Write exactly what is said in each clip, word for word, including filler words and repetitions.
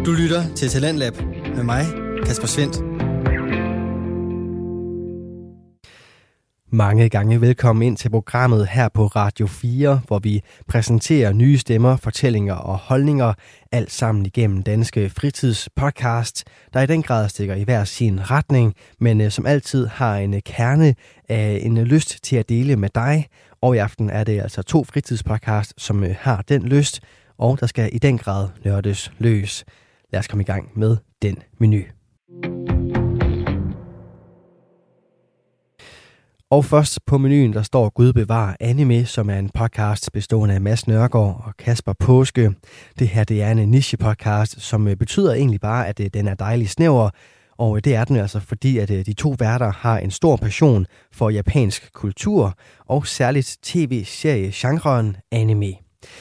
Du lytter til Talentlab med mig, Kasper Svendt. Mange gange velkommen ind til programmet her på Radio fire, hvor vi præsenterer nye stemmer, fortællinger og holdninger, alt sammen igennem Danske Fritidspodcast, der i den grad stikker i hver sin retning, men som altid har en kerne af en lyst til at dele med dig. Og i aften er det altså to fritidspodcast, som har den lyst, og der skal i den grad nørdes løs. Lad os komme i gang med den menu. Og først på menuen, der står Gud bevar anime, som er en podcast bestående af Mads Nørgaard og Kasper Paaske. Det her det er en niche-podcast, som betyder egentlig bare, at den er dejlig snæver. Og det er den altså, fordi at de to værter har en stor passion for japansk kultur, og særligt tv-serie-genren anime.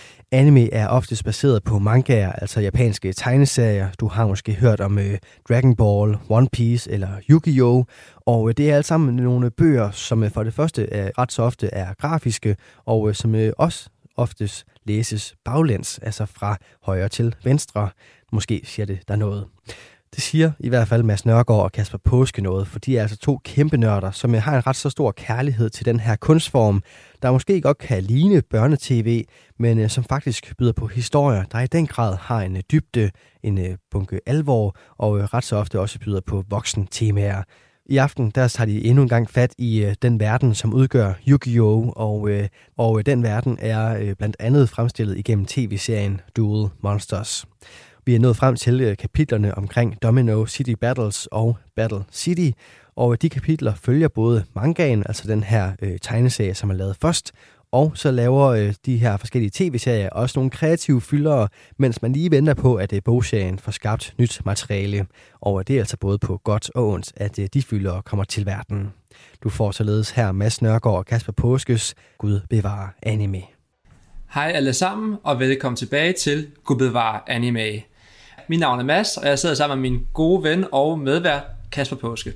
Anime er oftest baseret på mangaer, altså japanske tegneserier. Du har måske hørt om øh, Dragon Ball, One Piece eller Yu-Gi-Oh! Og øh, det er alle sammen nogle bøger, som øh, for det første øh, ret så ofte er grafiske, og øh, som øh, også oftest læses baglæns, altså fra højre til venstre. Måske siger det der noget. Det siger i hvert fald Mads Nørgaard og Kasper Paaske noget, for de er altså to kæmpe nørder, som har en ret så stor kærlighed til den her kunstform, der måske godt kan ligne børnetv, men som faktisk byder på historier, der i den grad har en dybde, en bunke alvor, og ret så ofte også byder på voksen-temaer. I aften der tager de endnu en gang fat i øh, den verden, som udgør Yu-Gi-Oh! Og, øh, og den verden er øh, blandt andet fremstillet igennem tv-serien Duel Monsters. Vi er nået frem til kapitlerne omkring Domino City Battles og Battle City, og de kapitler følger både mangaen, altså den her øh, tegneserie, som er lavet først, og så laver øh, de her forskellige tv-serier også nogle kreative fyldere, mens man lige venter på, at øh, bogserien får skabt nyt materiale. Og det er altså både på godt og ondt, at øh, de fyldere kommer til verden. Du får således her Mads Nørgaard og Kasper Paaskes Gud bevare anime. Hej alle sammen, og velkommen tilbage til Gud bevare anime. Mit navn er Mads, og jeg sidder sammen med min gode ven og medvært, Kasper Paaske.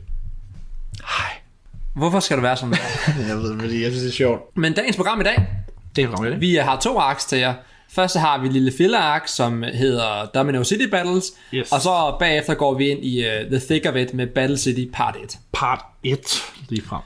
Hej. Hvorfor skal du være sådan der? Jeg ved, fordi jeg synes, det er sjovt. Men dagens program i dag, det er program i dag. Vi har to arks til jer. Først så har vi lille filler-ark, som hedder Domino City Battles, yes. Og så bagefter går vi ind i uh, The Thick of It med Battle City Part et. Part et, lige frem.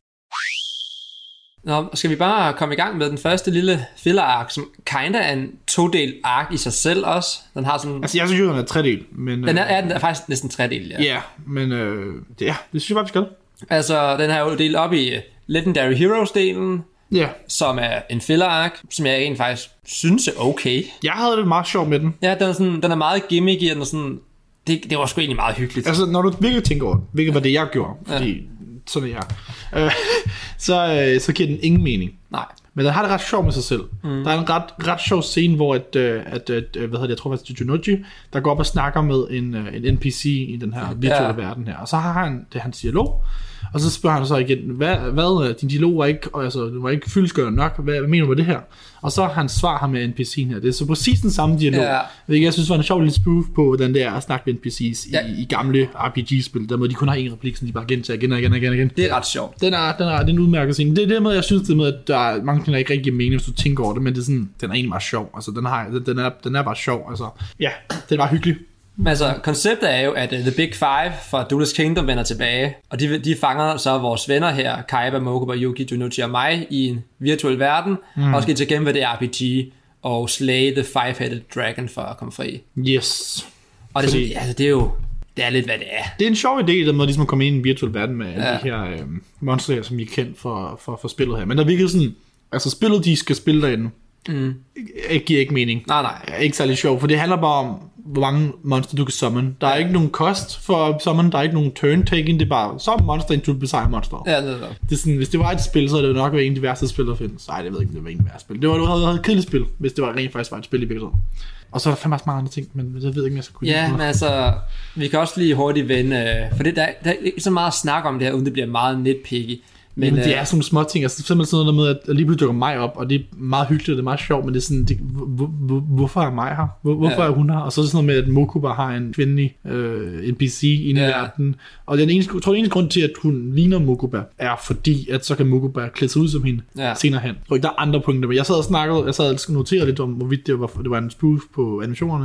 Nå, skal vi bare komme i gang med den første lille filler-ark, som kinda er en to-del ark i sig selv også. Den har sådan... Altså, jeg synes jo, den er tre-del, men... Den er, er, den er faktisk næsten tre-del, ja. Ja, men øh, det, ja, det synes jeg bare, vi skal. Altså, den her er jo delt op i Legendary Heroes-delen, ja. Som er en filler-ark, som jeg egentlig faktisk synes er okay. Jeg havde det meget sjovt med den. Ja, den er, sådan, den er meget gimmicky, og den er sådan... Det, det var sgu egentlig meget hyggeligt. Altså, når du virkelig tænker over det, hvilket var det, jeg gjorde, fordi... Ja. Sådan er jeg. Øh, så, øh, så giver den ingen mening. Nej. Men den har det ret sjovt med sig selv. Mm. Der er en ret, ret sjov scene, hvor at, at, at, at, hvad hedder det, jeg tror faktisk det er Junoji, der går op og snakker med en, en N P C i den her virtuelle ja. verden her. Og så har han det hans dialog. Og så spørger han så igen, hvad, hvad din dialog var ikke, altså, det var ikke fyldestgørende nok, hvad, hvad mener du med det her? Og så han svar ham med N P C'en her. Det er så præcis den samme dialog. Ja. Jeg synes, det var en sjov lille spoof på den der at snakke med N P C's ja. i, i gamle R P G-spil, der måde de kun har en replik, som de bare gentager igen og igen og igen og igen. Det er ret sjovt. Den er, den er, den er udmærket scene. Det er det med, jeg synes, det med, at der er mange ting, der ikke rigtig giver mening, hvis du tænker over det, men det er sådan, den er egentlig bare sjov. Altså, den, har, den, er, den er bare sjov. Altså, ja, det er bare hyggeligt. Men altså, konceptet er jo, at uh, The Big Five fra Duelist Kingdom vender tilbage, og de, de fanger så vores venner her, Kaiba, Mokuba, Yuki, Junoji og mig, i en virtuel verden, mm. og skal til at gennemføre det R P G, og slay the five-headed dragon for at komme fri. Yes. Og det er, sådan, altså, det er jo, det er lidt, hvad det er. Det er en sjov idé, der måde ligesom at komme ind i en virtuel verden med alle ja. de her øh, monster her, som vi er kendt for, for, for spillet her. Men der virkelig sådan, altså spillet, de skal spille derinde, mm. giver ikke mening. Nej, nej. Ikke særlig sjovt, for det handler bare om, hvor mange monster du kan summon. Der er ja. ikke nogen kost for summon, der er ikke nogen turn taking, det er bare summon monster, indtil du besejrer monster. Ja, det er det. Det er sådan, hvis det var et spil, så havde det nok været en af de værste spil, der findes. Nej, det ved ikke, om det var en af de værste spil. Det var, det havde et kedeligt spil, hvis det var rent faktisk var et spil i virkeligheden. Og så er der fandme også mange andre ting, men jeg ved ikke, om jeg skal kunne ja, men altså, vi kan også lige hurtigt vende, for det, der, der er ikke så meget at snakke om det her, uden det bliver meget nitpicky. Men, men det er sådan små ting, altså simpelthen sådan noget med, at lige pludselig dukker mig op, og det er meget hyggeligt, og det er meget sjovt, men det er sådan, det, hvor, hvor, hvorfor er mig her? Hvor, hvorfor ja. er hun her? Og så er det sådan noget med, at Mokuba har en kvindelig øh, N P C inde i ja. verden, og den eneste, jeg tror, den eneste grund til, at hun ligner Mokuba, er fordi, at så kan Mokuba klæde sig ud som hende ja. senere hen. Og der er andre punkter, men jeg sad og snakkede, jeg sad og noterede lidt om, hvorvidt det var, det var en spoof på animationerne,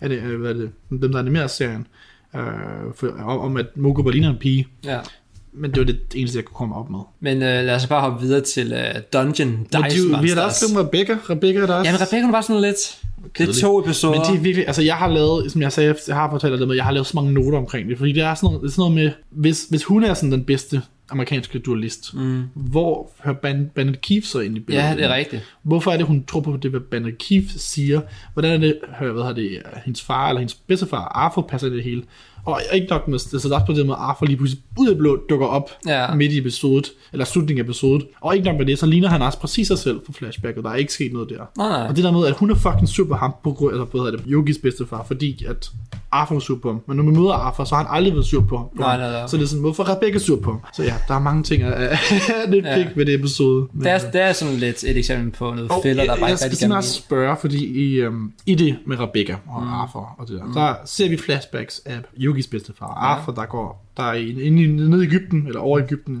er det, hvad er det, dem der animerer serien, øh, for, om, om at Mokuba ligner en pige. Ja. Men det var det eneste, jeg kunne komme op med. Men øh, lad os bare hoppe videre til øh, Dungeon Dice Monsters. Vi har da også glemt Rebecca. Rebecca er der også. Ja, men Rebecca er bare sådan lidt... Det er to episoder. Men det er virkelig... Altså, jeg har lavet... Som jeg sagde, jeg har fortalt det med, jeg har lavet så mange noter omkring det. Fordi det er sådan noget, det er sådan noget med... Hvis, hvis hun er sådan den bedste amerikanske dualist, mm. hvor hører Ban- Bandit Keith så ind i billedet? Ja, det er rigtigt. Hvorfor er det, hun tror på det, hvad Bandit Keith siger? Hvordan er det, hvad har det, hendes far eller hendes bedstefar, Arthur, passer det hele? Og ikke nok med det, så der er også på det med, at Arthur lige pludselig ud af blå dukker op ja. midt i episodet, eller slutningen af episodet. Og ikke nok med det, så ligner han også præcis sig selv på flashbacket. Der er ikke sket noget der. Nej. Og det der med, at hun er fucking sur på ham, på grund af, hvad det, Yogis bedstefar, fordi at Arthur er sur på ham. Men når man møder Arthur, så har han aldrig været sur på ham. Nej, nej, nej. Så det er sådan, hvorfor Rebecca sur på ham? Så ja, der er mange ting af lidt ja. pik ved det episode. Det er, det er sådan lidt et eksempel på noget fælder, der bare ikke rigtig kan. Jeg skal simpelthen spørge, fordi i, um, i det med Rebecca og mm. Arthur og det der, mm. der ser vi flashbacks af Yogis bedstefar. Ja. Arthur, der går der er inde nede i Egypten, eller over Egypten,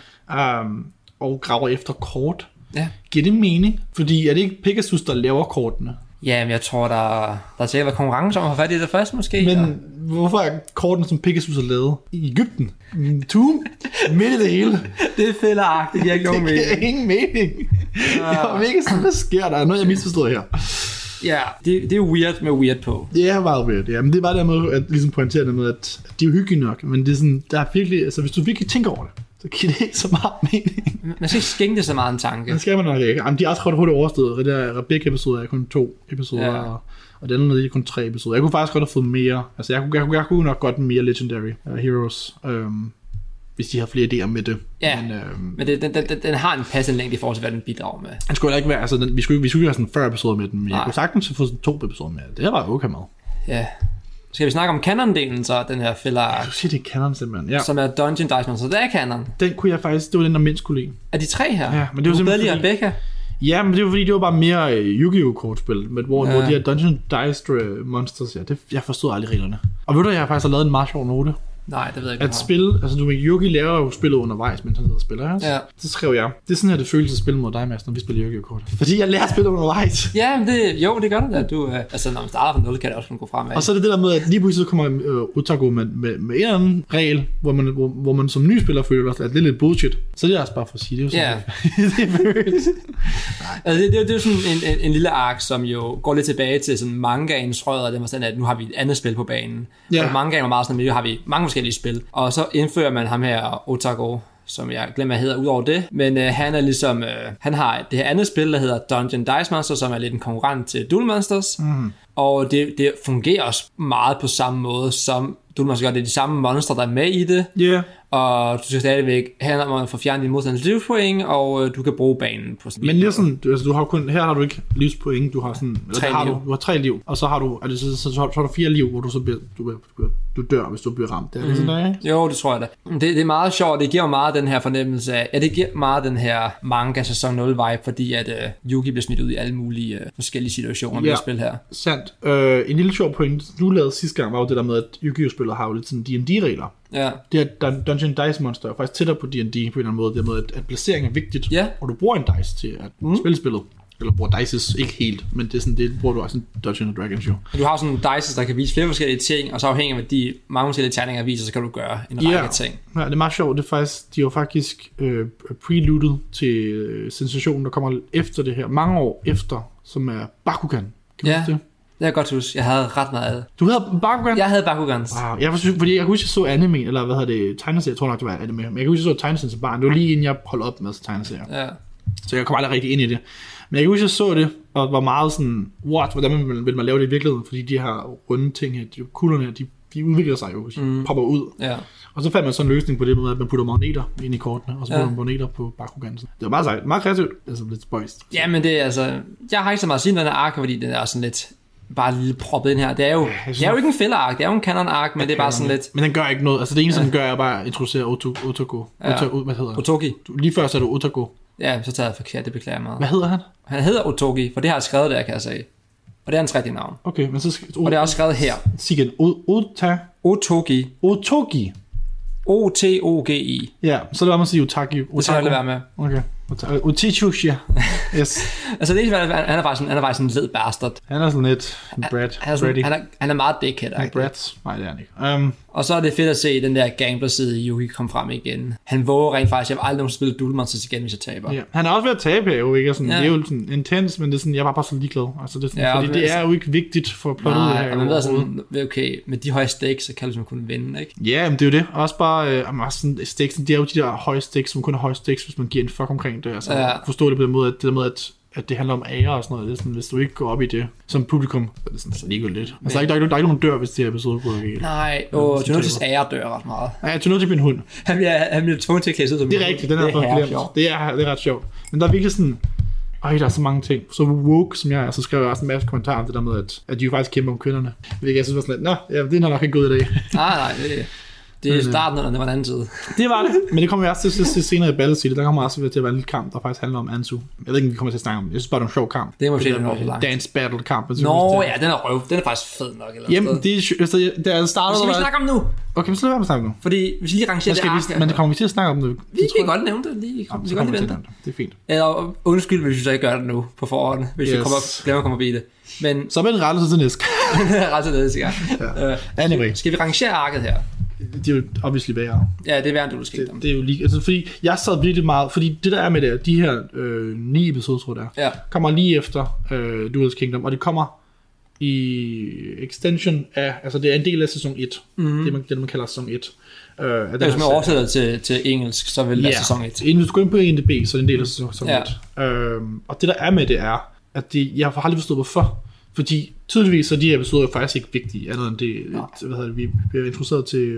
ja. um, og graver efter kort. Ja. Giver det mening? Fordi er det ikke Pegasus, der laver kortene? Ja, men jeg tror, der, der er sikkert været konkurrence om at få fat i det først, måske. Men og... hvorfor er kortene, som Pegasus har lavet i Egypten? Tomb? Midt i det hele. Det er fælderagt, det giver ikke nogen mening. Det giver ingen mening. Ja. Jeg var ikke sådan, hvad sker der? Der er noget, jeg misforstår her. Ja, det, det er weird med weird på. Det er meget weird, ja. Men det er bare der med at ligesom pointere det med, at de er jo hyggelige nok, men det er sådan, der er virkelig, altså hvis du virkelig tænker over det, så giver det ikke så meget mening. Man skal ikke skænke det så meget en tanke. Det skal man nok ikke. Jamen, de er også ret hurtigt overstået. Det der Rebecca-episode er kun to episoder, ja. og, og den anden er kun tre episoder. Jeg kunne faktisk godt have fået mere. Altså, jeg kunne, jeg kunne, jeg kunne nok godt mere Legendary uh, Heroes, um, hvis de har flere idéer med det. Ja, men, um, men det, den, den, den har en passende længde i forhold til, hvad den bidrager med. Den skulle ikke være, altså, den, vi, skulle, vi skulle ikke have sådan fyrre episoder med den, men Nej. jeg kunne sagtens have fået sådan to episoder med det. Det var okay med. Ja. Skal vi snakke om canon-delen så, den her filler? Ja, du siger, det er canon simpelthen. Ja. Som er Dungeon Dice Monsters, så det er canon. Den kunne jeg faktisk, det var den, der mindst kunne lide. Er de tre her? Ja, men det var simpelthen fordi... Rebecca? Ja, men det var fordi, det var bare mere uh, Yu-Gi-Oh! Kortspil, men hvor, ja. hvor de her Dungeon Dice Monsters, ja, det, jeg forstod aldrig reglerne. Og ved du, jeg har faktisk lavet en meget sjov note. Nej, det ved jeg ikke. At spille, altså du ved, Yugi laver jo spillet undervejs, mens han sidder og spiller, ja? Så skrev jeg, det er sådan her, det føles at spille mod dig, Mads, når vi spiller Yu-Gi-Oh! Fordi jeg lærer at spille undervejs. Ja, men det, jo, det gør det da. Du, øh, altså, når man starter fra nul, kan det også gå fremad. Og så er det det der med, at lige pludselig kommer øh, Otaku med, med, med en eller anden regel, hvor man, hvor, hvor man som ny spiller føler, at det er lidt bullshit. Så det er også bare for at sige, det er jo sådan, yeah. det føles. Altså, det, det, det er jo sådan en, en, en lille ark, som jo går lidt tilbage til sådan mangaens rødder, den var sådan, at nu har vi et andet spil på banen. Ja. Og mangaen var meget sådan, at nu har vi mange forskellige spil. Og så indfører man ham her, Otaku, som jeg glemmer, hvad hedder ud over det. Men øh, han er ligesom, øh, han har det her andet spil, der hedder Dungeon Dice Monsters, som er lidt en konkurrent til Duel Monsters. Mm. Og det, det fungerer også meget på samme måde som Duel Monsters gør. Det er de samme monstre, der er med i det. Yeah. Og du skal stadigvæk handle om at få fjernet din modstanders livspoint, og øh, du kan bruge banen på sådan. Men det er sådan, du, altså, du har kun, her har du ikke livspoint, du har sådan, tre har liv. Du, du har tre liv, og så har du, altså, så, så, så, så har du fire liv, hvor du så bliver, du, du, du dør, hvis du bliver ramt. Det er mm. sådan der, ikke? Jo, det tror jeg da. Det, det er meget sjovt, det giver meget den her fornemmelse af, ja, det giver meget den her manga sæson nul vibe, fordi at uh, Yugi bliver smidt ud i alle mulige uh, forskellige situationer med ja, spil her. Sandt. Uh, en lille sjov point, du lavede sidste gang, var jo det der med, at Yu-Gi-Oh-spillet har jo lidt sådan D and D-regler. Ja. Det er Dungeon Dice Monster er faktisk tættere på D and D på en eller anden måde, det med, at, at placering er vigtigt, ja. Og du bruger en dice til at mm. spille spillet. Eller bruger dices, ikke helt, men det er sådan, det bruger du også en Dungeons and Dragons jo. Du har sådan dices, der kan vise flere forskellige ting, og så afhængig af, hvad de mange forskellige terninger viser, så kan du gøre en række yeah. ting. Ja, det er meget sjovt. Det er faktisk, de er jo faktisk øh, preludet til øh, sensationen, der kommer efter det her, mange år efter, som er Bakugan. Kan ja. Det? Det er godt huske. Jeg havde ret meget af det. Du havde Bakugan? Jeg havde Bakugans. Wow. Jeg var, fordi jeg kunne huske, jeg så anime, eller hvad hedder det, tegneserier, jeg tror nok, det var anime. Men jeg kunne huske, jeg så tegneserier som barn. Det var lige inden jeg holdt op med tegneserier. Ja. Så jeg kom aldrig rigtig ind i det. Men jeg kan huske, jeg så det, og var meget sådan, what, hvordan vil, vil man lave det i virkeligheden? Fordi de her runde ting her, de kuglerne her, de, de udvikler sig jo, de mm. popper ud. Ja. Og så fandt man sådan en løsning på det med, at man putter magneter ind i kortene, og så putter ja. man magneter på Bakugansen. Det var meget sejt, meget kreativt, altså lidt spøjst. Ja, men det er altså, jeg har ikke så meget at sige, den her ark, fordi den er sådan lidt bare lige proppet ind her. Det er jo, ja, det er jo ikke en filler-ark, det er jo en canon-ark, men det er bare sådan lidt... Men den gør ikke noget, altså det eneste, ja. den gør, er bare at introducere Otaku. Ja. Otaku, hvad hedder det? Otogi. Lige før så er du Otaku. Ja, så tager jeg forkert, det beklager jeg meget. Hvad hedder han? Han hedder Otogi, for det har jeg skrevet der, kan jeg sige. Og det er hans rigtige navn. Okay, men så skal... O- og det er også skrevet her. Sig igen, Ota... Otogi. Otogi. O T O G I. Ja, så lad mig sige Otaki. Det skal jeg lade være med. Okay. Utichushia. Yes. Altså det er, han er faktisk en, han er faktisk en led bastard. Han er sådan lidt en brat. Han er, sådan, han er, han er meget dickhead. En brat? Nej, det er han ikke. Um, og så er det fedt at se den der gambler-side i Yugi komme frem igen. Han våger rent faktisk, jeg vil aldrig nogensinde spille Duel Monsters igen, hvis jeg taber. Ja. Han er også ved at tabe her jo, ikke? Sådan, ja. Det er jo sådan intens, men det er sådan, jeg var bare så ligeglad. Altså, det er sådan, ja, fordi det er jo ikke vigtigt for plottet her. Nej, og man ved sådan, okay, med de høje stakes, så kan du simpelthen kunne vinde, ikke? Ja, men det er jo det. Også bare, øh, sådan, stakes, det er jo de der høje stakes, som kun er høje stakes, hvis man giver en fuck omkring det. Altså, ja. Forstå det på den måde, at det der med, at at det handler om ære og sådan noget. Det er sådan, hvis du ikke går op i det som publikum, så er det sådan, så ligegyldigt. Altså, der er, ikke, der er ikke nogen dør, hvis det her episode går ikke. Nej, og Junotis ære dør ret meget. Ja, Junotis bliver en hund. Han bliver, han bliver tvunget til at klæde sig som det er rigtigt, den er, det er, sjovt. Det er, det er ret sjovt. Men der er virkelig sådan, øj, der er så mange ting. Så woke, som jeg er, så skrev jeg også en masse kommentarer om det der med, at, at de jo faktisk kæmper om kvinderne. Hvilket jeg synes var sådan lidt, nå, ja, det er nok ikke god idé. Nej, nej, det Det er starten, eller det var en anden tid. Det var det, men det kommer vi også til, til, til senere i Battle City. Der kommer også til at være en lille kamp, der faktisk handler om Anzu. Jeg ved ikke, om vi kommer til at snakke om det. Jeg synes bare, det er en sjov kamp. Det må vi se, det er en dance battle kamp. Nå, ja, den er røv. Den er faktisk fed nok. Eller Jamen, det er, altså, det er startet... Skal vi snakke om nu? Okay, vi skal være med at snakke nu. Fordi hvis vi lige rangerer det ark... Men det kommer vi til at snakke om nu. Vi kan godt nævne det lige. Vi kan godt vente. Det er fint. Eller undskyld, hvis vi så ikke gør det nu på forhånd. Hvis vi glemmer at komme forbi det. Men... Så er det en rettelse til næste gang. Rettelse til næste gang. Anyway. Skal vi rangere arket her? Det er jo obviously værre. Ja, det er værre, end du skal. Det, det er jo lige, altså fordi jeg sad virkelig meget, fordi det der er med det, de her øh, ni episoder, tror jeg det er, ja. kommer lige efter øh, Duel's Kingdom, og det kommer i extension af, altså det er en del af sæson et, mm-hmm. det, man, det man kalder sæson et. Øh, ja, hvis man oversætter til, til engelsk, så vil det være sæson et. Inden du går ind på I M D B, så er det en del af sæson et. Ja. Øh, og det der er med det er, at det, jeg har aldrig forstået hvorfor. Fordi tydeligvis så er de her episoder faktisk ikke vigtige, andet end det, ja. Hvad hedder det, vi bliver introduceret til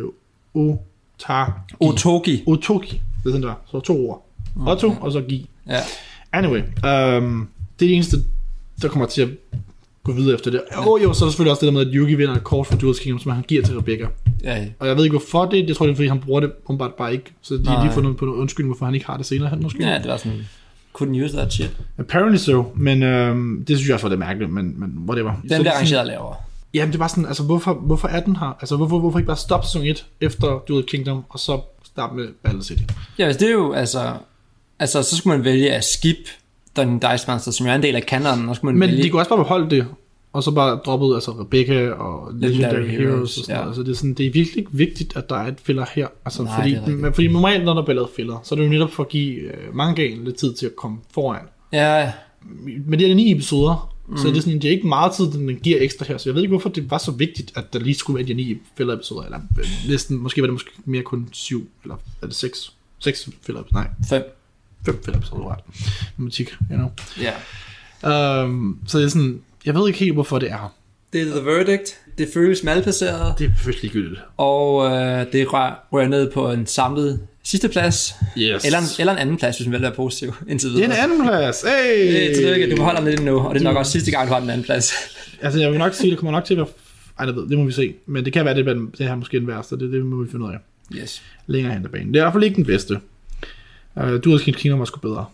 Otagi. Otogi. Otogi, det er sådan der, så to ord. Okay. Otto, og så Gi. Ja. Anyway, um, det er det eneste, der kommer til at gå videre efter det. Og oh, jo, så er der selvfølgelig også det der med, at Yugi vinder et kort for Duel's Kingdom, som han giver til Rebecca. Ja. Og jeg ved ikke hvorfor det, jeg tror det er fordi han bruger det umiddelbart bare ikke, så de har lige fundet på noget undskyldning, hvorfor han ikke har det senere hen måske. Ja, det var sådan... Couldn't use that shit. Apparently so, men øhm, det synes jeg også var det mærkeligt, men, men whatever. Den bliver arrangeret lavere. Jamen det er bare sådan, altså hvorfor, hvorfor er den her? Altså hvorfor, hvorfor ikke bare stoppe sæson et efter Duel Kingdom, og så starte med Battle City? Ja, altså det er jo, altså, altså så skulle man vælge at skip den Dice Monster, som jo er en del af kanonen, og skulle man men vælge... de kunne også bare beholde det, og så bare droppe ud, altså Rebecca og Legendary, Legendary Heroes, Heroes og sådan ja. Altså det er sådan, det er virkelig ikke vigtigt, at der er et filler her, altså nej, fordi, men, fordi normalt når der bliver lavet filler, så er det jo netop for at give uh, mangaen lidt tid til at komme foran. Ja. Men det er ni episoder, mm. så det er, sådan, det er ikke meget tid, den giver ekstra her, så jeg ved ikke, hvorfor det var så vigtigt, at der lige skulle være de ni filler-episoder, eller næsten, måske var det måske mere kun syv, eller er det seks? Seks filler-episoder? Nej. Fem. Fem filler-episoder, ret. Matematik, you know. Ja. Yeah. Um, så det er sådan, jeg ved ikke helt, hvorfor det er her. Det er The Verdict. Det føles malplaceret. Det er føles ligegyldigt. Og øh, det rører ned på en samlet sidste plads. Yes. Eller en, eller en anden plads, hvis man vil være positiv indtil videre. Det er en anden plads. Hey! Hey, tillykke, du beholder den lidt nu, og det er nok også sidste gang, du har den anden plads. Altså, jeg vil nok sige, det kommer nok til at være... Ej, det, ved, det må vi se. Men det kan være, det, det her måske den værste. Det, det må vi finde ud af. Yes. Længere hen ad banen. Det er i hvert fald ikke den bedste. Uh, Duel's Kingdom var sgu bedre.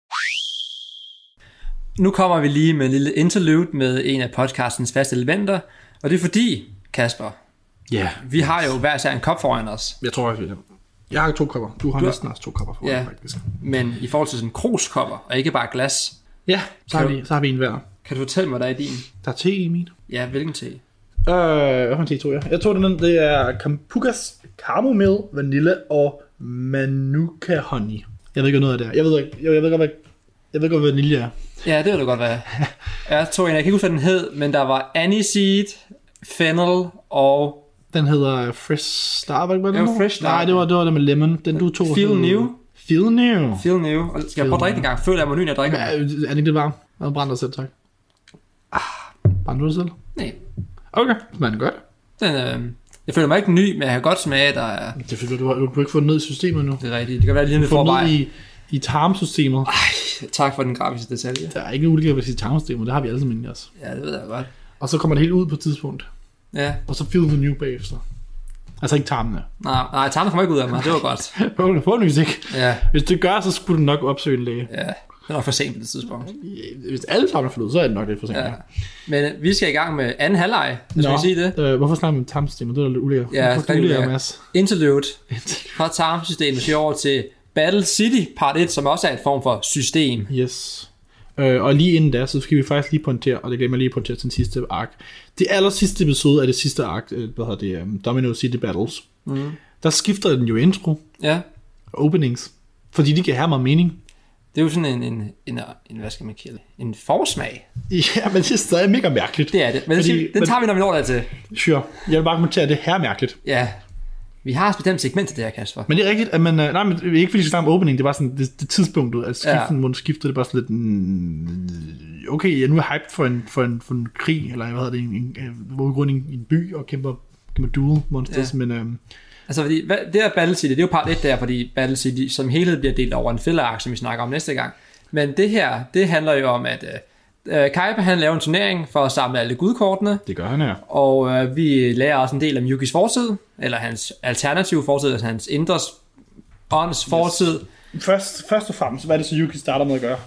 Nu kommer vi lige med en lille interlude med en af podcastens faste elementer, og det er fordi, Kasper, ja, yeah. vi har jo hver sær en kop foran os. Jeg tror, jeg, jeg har to kopper. Du har du næsten også to kopper foran, ja, faktisk. Men i forhold til sådan en kruskopper, og ikke bare glas. Ja, så har, vi, så har vi en hver. Kan du fortælle mig, hvad der er i din? Der er te i min. Ja, hvilken te? Øh, hvad for en te tog jeg? Jeg tog den, det er Kampukas Caramel, Vanille og Manuka Honey. Jeg ved ikke noget af det her. Jeg ved ikke, jeg, jeg ved godt, hvad Jeg ved godt, hvad vanilje er. Ja, det ved du godt, hvad jeg tog en. Jeg kan ikke huske, hvad den hed, men der var Aniseed, Fennel og... Den hedder Fresh Star, hvad var det? Det var Fresh Star. Nej, det var, det var det med lemon. Den du tog... Feel New. Feel New. Feel New. Og skal jeg prøve at drikke en gang? Føler jeg mig ny, når jeg drikker? Ja, er det ikke det varmt? Jeg brænder dig selv, tak. Ah, brænder du dig selv? Nej. Okay, smager godt. Den, øh, jeg føler mig ikke ny, men jeg har godt smage, der er... Det føler du, du, du har ikke fået ned i systemet nu. Det er rigtigt. Det kan være lige med forvej. i, i tarmsystemet. Ej, tak for den grafiske detalje. Der er ikke ulighed ved sit tarmsystemet, det har vi alle sammen inde i os. Ja, det ved jeg godt. Og så kommer det helt ud på et tidspunkt. Ja. Og så feel the new bagefter. Altså ikke tarmene. Nej, nej, tarmene kommer ikke ud af mig, det var godt. Forhåndvis ikke. Ja. Hvis det gør, så skulle du nok opsøge en læge. Ja, det er nok for sent på det tidspunkt. Hvis alle tarmene er forlod, så er det nok lidt for sent. Ja. Men vi skal i gang med anden halvleg, hvis man sige det. Øh, hvorfor snakker vi om tarmsystemet? Det er lidt ulækkert. Ja, det er ulækkert, Mads. Interlude fra tarmsystemet, så over til Battle City part et, som også er et form for system. Yes. Øh, og lige inden da, så skal vi faktisk lige pointere, og det glemmer jeg lige at pointere til den sidste ark. Det aller sidste episode af det sidste ark, hvad hedder det, um, Domino City Battles, mm. der skifter den jo intro. Ja. Openings. Fordi de kan have meget mening. Det er jo sådan en, en, en, en hvad skal man kalde en forsmag. Ja, men det er stadig mega mærkeligt. Det er det, men fordi, den tager vi, når vi når der til. Sure, jeg vil bare kommentere, at det her er mærkeligt. Ja, vi har et bestemt segment til det her, Kasper. Men det er rigtigt, at man, nej, men ikke fordi vi skal snakke om opening, det var sådan det, det tidspunktet, at skiften, ja. skiftet, det bare sådan lidt, mm, okay, jeg nu er hyped for en, for en, for en krig, eller hvad hedder det, en, en, hvor vi går ind i en by og kæmper, kæmper dual monsters, ja. men... Øhm, altså, fordi, hvad, det her Battle City, det er jo part et der, fordi Battle City som helhed bliver delt over en filler-ark, som vi snakker om næste gang. Men det her, det handler jo om, at øh, Kaiba, han laver en turnering for at samle alle gudkortene. Det gør han, ja. Og øh, vi lærer også en del om Yukis fortid, eller hans alternative fortid, altså hans indres ånds fortid. Yes. Først, først og fremmest, hvad er det så Yuki starter med at gøre?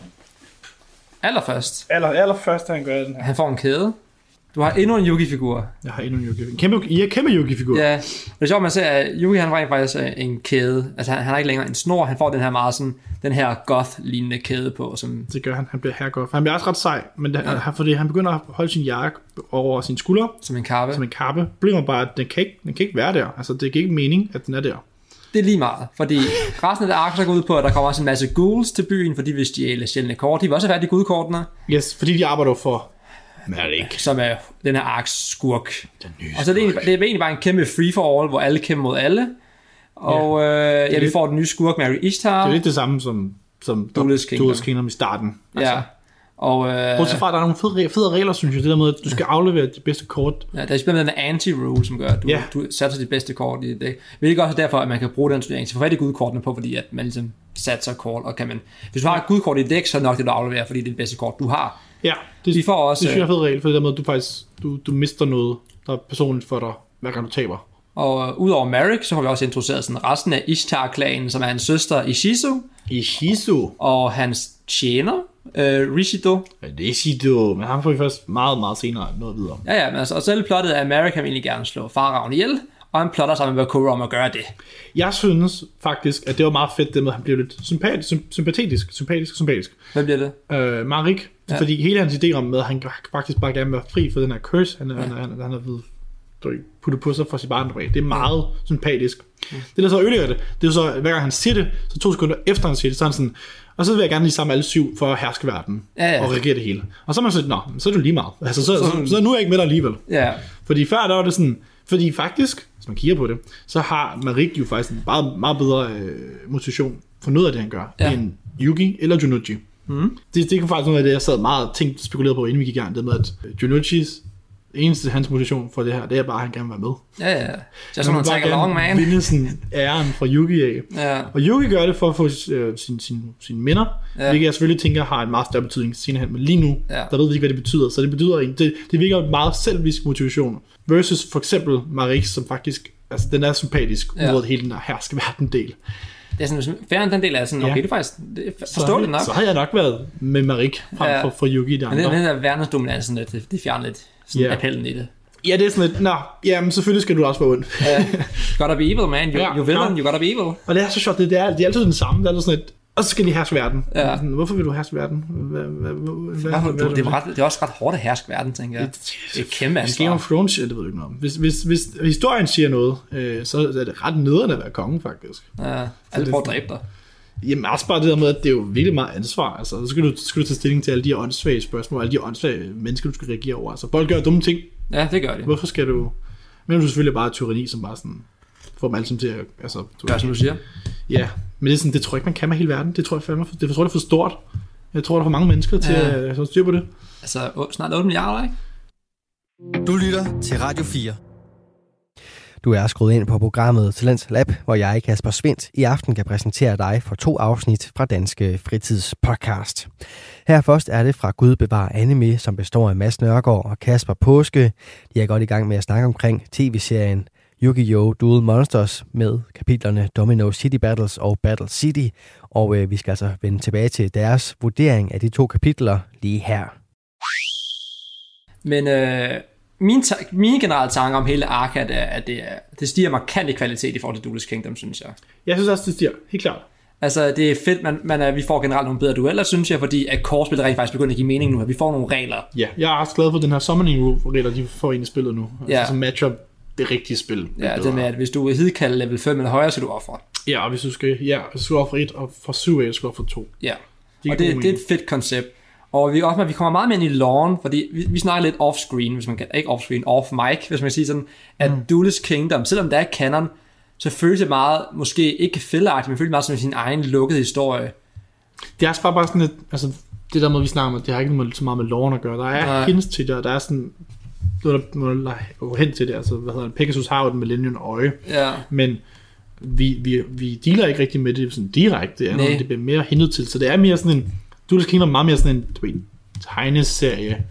Allerførst. Aller, allerførst, han gør den her. Han får en kæde. Du har endnu en Yugi-figur. Jeg har endnu en Yugi-figur. Kæmpe, ja, kæmpe Yugi-figur. Ja, det er sjovt, man ser, at Yugi, han har faktisk en kæde. Altså, han, han har ikke længere en snor. Han får den her meget sådan, den her goth-lignende kæde på. Som... Det gør han. Han bliver hergoth. Han bliver også ret sej, men det, ja. fordi han begynder at holde sin jakke over sin skulder. Som en kappe. Som en kappe. Bliver bare, at den kan, ikke, den kan ikke være der. Altså, det giver ikke mening, at den er der. Det er lige meget, fordi resten af det ark så går ud på, at der kommer også en masse ghouls til byen, fordi vi stjæler sjældne kort. De vil også have været de gudkortene. Yes, fordi de arbejder for Marik, som er den her arks skurk. Og så er det, egentlig, det er egentlig bare en kæmpe free for all, hvor alle kæmper mod alle. Og ja, øh, ja vi lidt, får den nye skurk, Mary Ishtar. Det er lidt det samme som, som Duelist Kingdom. Duelist Kingdom i starten. Altså. Ja. Og, øh, Bortset fra, at der er nogle fede, fede regler, synes jeg. Det der med, at du skal aflevere de bedste kort. Ja, der er simpelthen den anti-rule, som gør, at du, ja. du satser de bedste kort i det. Hvilket også er derfor, at man kan bruge den turnering til at få fat i gudkortene på, fordi at man ligesom satser kort. Og kan man, hvis du har et gudkort i dæk, så er det nok det, du afleverer, fordi det er det bedste kort, du har. Ja, det, de får også, det synes jeg er fed regel, for det der med, at du faktisk du, du mister noget, der er personligt for dig, hver gang du taber. Og uh, udover Marik, så har vi også introduceret sådan resten af Ishtar-klanen, som er hans søster Ishizu. Ishizu. Og hans tjener, uh, Rishido. Rishido, men ham får vi først meget, meget senere noget videre. Ja, ja, men altså, og selv plottet af Marik, han vil egentlig gerne slå Faraon ihjel, og han plotter sammen med Bakura om at gøre det. Jeg synes faktisk, at det var meget fedt, det med, at han blev lidt sympatisk, sympatisk, sympatisk, sympatisk. Hvad bliver det? Øh, Marik, ja. Fordi hele hans idé om, med, at han faktisk bare gerne vil være fri for den her curse, han, ja. han, han, han, han har blevet puttet på sig for sit barndom. Det er meget ja. sympatisk. Ja. Det der så ødelægger det, det er jo så, hver gang han siger det, så to sekunder efter han siger det, så er han sådan, og så vil jeg gerne lige sammen alle syv for at herske verden, ja, ja. og regere det hele. Og så er man sådan, nå, så er det jo lige meget. Altså, så, så, så, så nu er jeg ikke med dig alligevel. Ja. Fordi før der var det sådan, fordi faktisk, hvis man kigger på det, så har Marik jo faktisk en meget, meget bedre øh, motivation for noget af det, han gør, ja. end Yugi eller Junuchi. Mm. Det, det kan faktisk noget af det, jeg sad meget tænkt spekuleret på, inden vi gik i gang, det med, at Junuchis eneste hans motivation for det her, det er bare, at han gerne vil være med. Ja, ja. Så sådan, han tager along, man. Vinde sådan æren fra Yugi af. Ja. Og Yugi gør det for at få øh, sine sin, sin minder, ja. hvilket jeg selvfølgelig tænker har en meget større betydning senere hen. Men lige nu, ja. der ved vi ikke, hvad det betyder. Så det betyder ikke. Det, det virker meget selvisk motivation. Versus for eksempel Marik, som faktisk, altså den er sympatisk, ja. ud af hele den her herskeverden-del. Det er sådan, færre den del er sådan, okay, ja. det er faktisk det er forståeligt nok. Så har jeg nok været med Marik frem ja. for, for Yugi der. Men den, den der verdensdominansen, det, det fjerner lidt sådan yeah. appellen i det. Ja, det er sådan lidt, nå, jamen selvfølgelig skal du også være ondt. Ja. Gotta be evil, man. You, ja, you villain, ja. you gotta be evil. Og det er så sjovt, det, det, er, det er altid den samme. Det er altid sådan et, og så skal de herske verden. Ja. Sådan, hvorfor vil du herske verden? Hvad, hvad, hvad, Hvorfor, hvad, det, er ret, det er også ret hårdt at herske verden, tænker jeg. Det, det er et kæmpe ansvar. Game of Thrones, det ved du ikke noget om. Hvis, hvis, hvis historien siger noget, øh, så er det ret nederen at være konge, faktisk. Ja, alle prøver at dræbe dig. Jamen også bare det der med, at det er jo virkelig meget ansvar. Altså, så skal du, skal du tage stilling til alle de her åndssvage spørgsmål, alle de åndssvage mennesker, du skal reagere over. Altså, folk gør dumme ting. Ja, det gør de. Hvorfor skal du... Men du selvfølgelig bare tyranni, som bare sådan... Får dem alle sammen til at... Altså, gør, som du siger. Ja, men det er sådan, det tror jeg ikke, man kan med hele verden. Det tror jeg fandme, det tror jeg er for stort. Jeg tror, der er for mange mennesker til ja. at uh, styre på det. Altså, snart otte milliarder, ikke? Du lytter til Radio fire. Du er skruet ind på programmet Talents Lab, hvor jeg, Kasper Svindt, i aften kan præsentere dig for to afsnit fra Danske Fritidspodcast. Her først er det fra Gud bevar anime, som består af Mads Nørgaard og Kasper Påske. De er godt i gang med at snakke omkring tv-serien Yu-Gi-Oh! Duel Monsters med kapitlerne Domino City Battles og Battle City. Og øh, vi skal altså vende tilbage til deres vurdering af de to kapitler lige her. Men... Øh Mine, ta- mine generelle tanker om hele ark er, at det, er, det stiger markant i kvalitet i forhold til Duelist Kingdom, synes jeg. Jeg synes også, det stiger. Helt klart. Altså, det er fedt, man, man er, vi får generelt nogle bedre dueller, synes jeg, fordi at kortspillet rent faktisk begynder at give mening nu, at vi får nogle regler. Ja, jeg er også glad for den her summoning-regler, de får ind i spillet nu. Altså, ja. som matcher det rigtige spil. Ja, det med, at hvis du er hidkaldt level fem eller højere, så du ofre. Ja, og hvis du skal, ja, hvis du skal ofre et, og fra syv af, skal du ofre to. Ja, og det, det er et fedt koncept. Og vi, også, vi kommer meget mere ind i loven, fordi vi, vi snakker lidt off-screen, hvis man kan, ikke off-screen, off-mic, hvis man kan sige sådan, at mm. Duelist Kingdom, selvom der er canon, så føles det meget, måske ikke fældeagtigt, men føles meget som sin egen lukkede historie. Det er bare, bare sådan et, altså det der måde, vi snakker om, det har ikke så meget med loven at gøre. Der er Nej. hints til det, og der er sådan, noget der må hen til det, altså hvad hedder det, Pegasus har jo den Millennium øje, ja. men vi, vi, vi dealer ikke rigtig med det sådan direkte, det er noget, det bliver mere hintet til, så det er mere sådan en, Duelist Kingdom er meget mere sådan en, du ved, tegneserie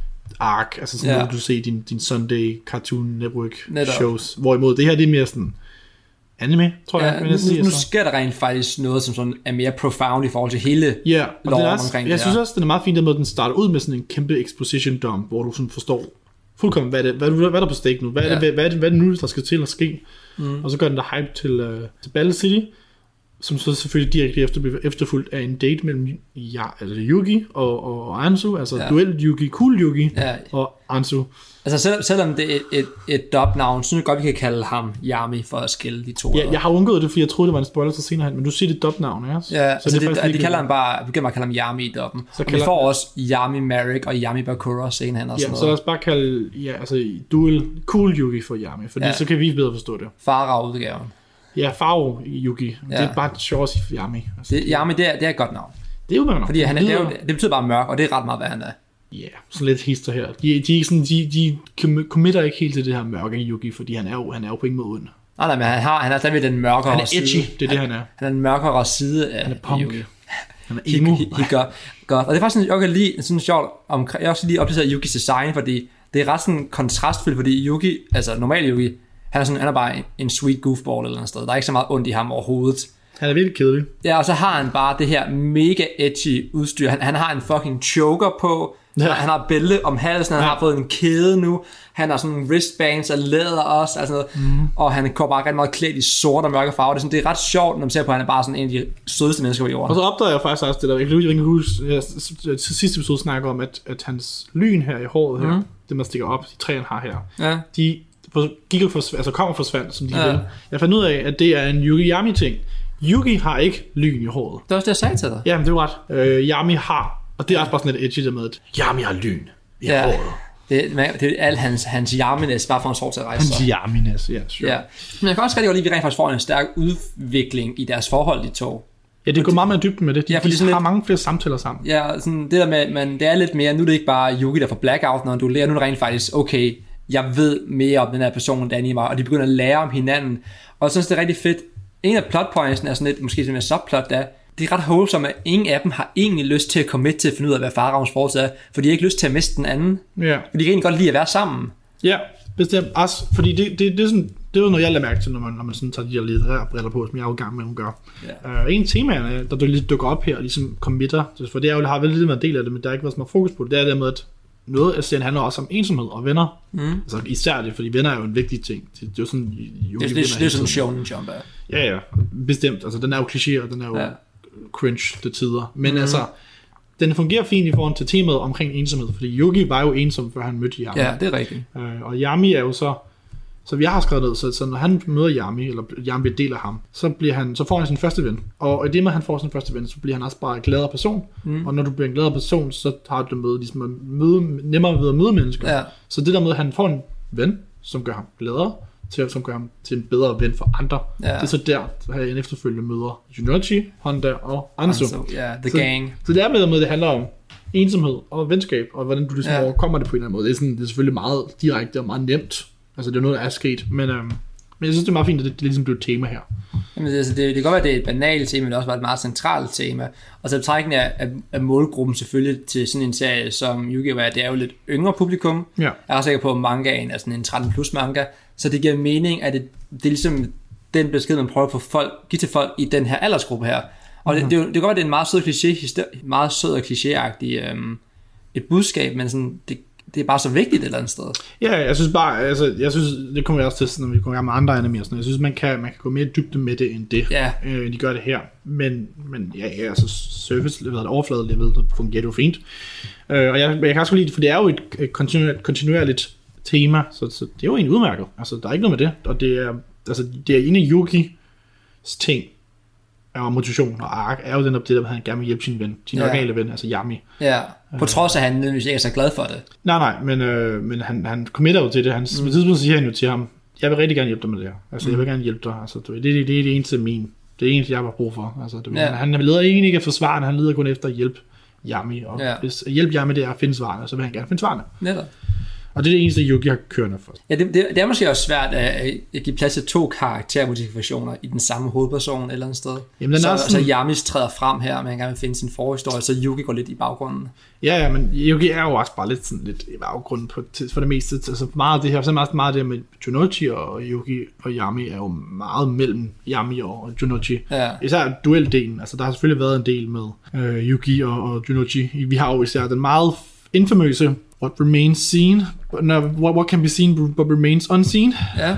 arc, altså sådan ja. noget, du ser din, din Sunday Cartoon Network Netop. shows, hvorimod det her, det er mere sådan anime, tror ja, jeg. Nu, sige, nu sker der rent faktisk noget, som sådan er mere profound i forhold til hele ja, loven også, omkring jeg det synes også, den er meget fint, den måde, den starter ud med sådan en kæmpe exposition dump, hvor du sådan forstår fuldkommen, hvad er, det, hvad, hvad er der på stake nu, hvad er, ja. det, hvad, hvad, er det, hvad er det nu, der skal til at ske, mm. og så gør den der hype til, uh, til Battle City, som så selvfølgelig direkte efter, bliver efterfulgt af en date mellem ja, altså Yugi og, og Anzu, altså ja. duel Yugi, cool Yugi ja. og Anzu. Altså selv, selvom det er et, et, et dub-navn, synes jeg godt, vi kan kalde ham Yami for at skille de to. Ja, jeg har undgået det, fordi jeg troede, det var en spoiler til senere hen, men du siger det dub-navn, ja? Ja, så altså det, det, de kalder ham bare, vi kan bare kalde ham Yami i dubben. Så vi får også Yami Marek og Yami Bakura senere hen og sådan ja, noget. så lad os bare kalde, ja, altså duel cool Yugi for Yami, fordi ja. så kan vi bedre forstå det. Farao-udgaven. Ja, Farao Yugi. Ja. Det er bare sjovt at sige for Yami. Altså, det, Yami, det er, det er et godt navn. Det er jo godt. Fordi han er, det, er jo, det betyder bare mørk, og det er ret meget, hvad han er. Ja, yeah, sådan lidt hister her. De, de, de, sådan, de, de committer ikke helt til det her mørke Yugi, fordi han er jo, han er jo på ingen måde ond. Nej, nej, men han, har, han er stadigvæk den mørkere side. Han er edgy, side. det er det, han er. Han er den mørkere side af han er punk. Yugi. Han er emo. He, he, he godt, godt. Og det er faktisk sådan, jeg kan lide sådan sjovt, omkring, jeg også lige opdateret Yugis design, fordi det er ret sådan kontrastfyldt, fordi Yugi, altså normal Yugi, han er, sådan, han er bare en, en sweet goofball eller noget sted. Der er ikke så meget ondt i ham overhovedet. Han er virkelig kedelig. Ja, og så har han bare det her mega edgy udstyr. Han, han har en fucking choker på. Ja. Han har bælte om halsen. Han ja. har fået en kæde nu. Han har sådan wristbands og læder også. Altså noget. Mm. Og han går bare ret meget klædt i sort og mørke farver. Det er, sådan, det er ret sjovt, når man ser på, at han er bare sådan en af de sødeste mennesker på jorden. Og så opdager jeg faktisk også det der. Jeg kan ikke huske, jeg til sidste episode snakker om, at, at hans lyn her i håret her, mm. det man stikker op, de træerne har her, ja. de gik for, altså kommer forsvandt, som de ja. vil. Jeg fandt ud af, at det er en Yugi Yami ting. Yugi har ikke lyn i håret. Det er også det, jeg sagde til dig. Ja, men det er ret. Øh, Yami har, og det er også bare sådan lidt edgy der med, at Yami har lyn i ja. håret. Det, det er alt hans, hans Yaminess, bare for en sort til at rejse sig. Hans Yaminess, ja, sure. Ja. Men jeg kan også rigtig godt lide, at vi rent faktisk får en stærk udvikling i deres forhold, de to. Ja, det går meget mere dybden med det. De, ja, de har lidt, mange flere samtaler sammen. Ja, sådan det der med, men det er lidt mere, nu er det ikke bare Yugi, der får blackout, når du lærer, nu er det rent faktisk, okay, jeg ved mere om den her person, der er i mig, og de begynder at lære om hinanden. Og jeg synes, det er rigtig fedt. En af plotpointsene er sådan lidt, måske sådan en subplot, der det er ret wholesome, at ingen af dem har egentlig lyst til at komme med til at finde ud af, hvad Faraos fortid er, for de har ikke lyst til at miste den anden. Ja. For de kan egentlig godt lide at være sammen. Ja, bestemt. Også, fordi det, det, det, er sådan, det er jo noget, jeg lader mærke til, når man, når man sådan tager de her litterære briller på, som jeg er jo i gang med, at hun gør. Ja. Uh, en tema, der du lige dukker op her, og ligesom committer, for det er jo, har vel lidt været en del af det, men der er ikke været så meget fokus på det, det er det med, at noget af serien handler også om ensomhed og venner. Mm. Altså især det, fordi venner er jo en vigtig ting. Det, det er jo sådan... Jo, det, det, det, det er sådan en shonen jump af. Ja, ja, bestemt. Altså den er jo kliché, og den er jo ja. cringe til tider. Men mm. altså, den fungerer fint i forhold til temaet omkring ensomhed, fordi Yugi var jo ensom, før han mødte Yami. Ja, det er rigtigt. Øh, og Yami er jo så... Så jeg har skrevet ned, så, så når han møder Yami, eller Yami bliver del af ham, så, bliver han, så får han sin første ven. Og i det med, at han får sin første ven, så bliver han også bare en gladere person. Mm. Og når du bliver en gladere person, så har du med ligesom at møde, nemmere ved at møde mennesker. Ja. Så det der med, at han får en ven, som gør ham gladere, til, som gør ham til en bedre ven for andre. Ja. Det er så der, at han efterfølgende møder Junouchi, Honda og Anzu. Yeah, the så, gang. Så det er med, at det handler om ensomhed og venskab, og hvordan du ligesom ja. overkommer det på en eller anden måde. Det er, sådan, det er selvfølgelig meget direkte og meget nemt. Altså det er noget, der er sket, men, øhm, men jeg synes, det er meget fint, at det, det ligesom blev et tema her. Jamen, altså, det, det kan godt være, at det er et banalt tema, men det også var et meget centralt tema. Og så trækken af, af, af målgruppen selvfølgelig til sådan en serie som Yu-Gi-Oh! Det er jo lidt yngre publikum. Ja. Jeg er også sikker på, at mangaen er sådan en tretten plus manga, så det giver mening, at det, det er ligesom den besked, man prøver at få folk, give til folk i den her aldersgruppe her. Og mm-hmm. det, det, det kan godt være, at det er en meget sød, kliché, meget sød og klichéagtig øhm, et budskab, men sådan, det det er bare så vigtigt et eller andet sted. Ja, jeg synes bare, altså, jeg synes, det kommer jeg også til, når vi går med andre anime og sådan noget. Jeg synes, man kan, man kan gå mere dybde med det, end det, ja. øh, de gør det her. Men, men ja, ja, altså, service, eller overflade level, det fungerer jo fint. Øh, og jeg, jeg kan også lide det, for det er jo et, et kontinuer, kontinuerligt tema, så, så det er jo egentlig udmærket. Altså, der er ikke noget med det, og det er, altså, det er en af Yukis ting, og motivation og ark, er jo den op det, at han gerne vil hjælpe sin ven, sin ja. originale ven, altså Yami. Ja, på trods af, at han nødvendigvis ikke er så glad for det. Nej, nej, men, øh, men han, han committer jo til det. Han, mm. På tidspunkt siger han jo til ham, jeg vil rigtig gerne hjælpe dig med det her. Altså, mm. jeg vil gerne hjælpe dig. Altså, det, det, det, det er det eneste min. Det er det eneste, jeg har brug for. Altså, det, ja. han, han leder egentlig ikke at forsvare, han leder kun efter at hjælpe Yami. Og ja. hvis hjælp Yami det er at finde svarene, så vil han gerne finde svarene. Netop. Og det er det eneste, Yuki har kørende for. Ja, det, det, det er måske også svært at, at give plads til to karaktermodifikationer i den samme hovedperson et eller andet sted. Jamen, så, sådan... så Yamis træder frem her, men han gerne vil finde sin forhistorie, så Yuki går lidt i baggrunden. Ja, ja, men Yuki er jo også bare lidt, sådan, lidt i baggrunden på, for det meste. Altså meget af det her, så meget, meget af det med Junochi og Yuki og Yami er jo meget mellem Yami og Junochi. Ja. Især dueldelen, altså der har selvfølgelig været en del med øh, Yuki og, og Junochi. Vi har jo især den meget infamøse What remains seen, no, what, what can be seen but remains unseen. Ja.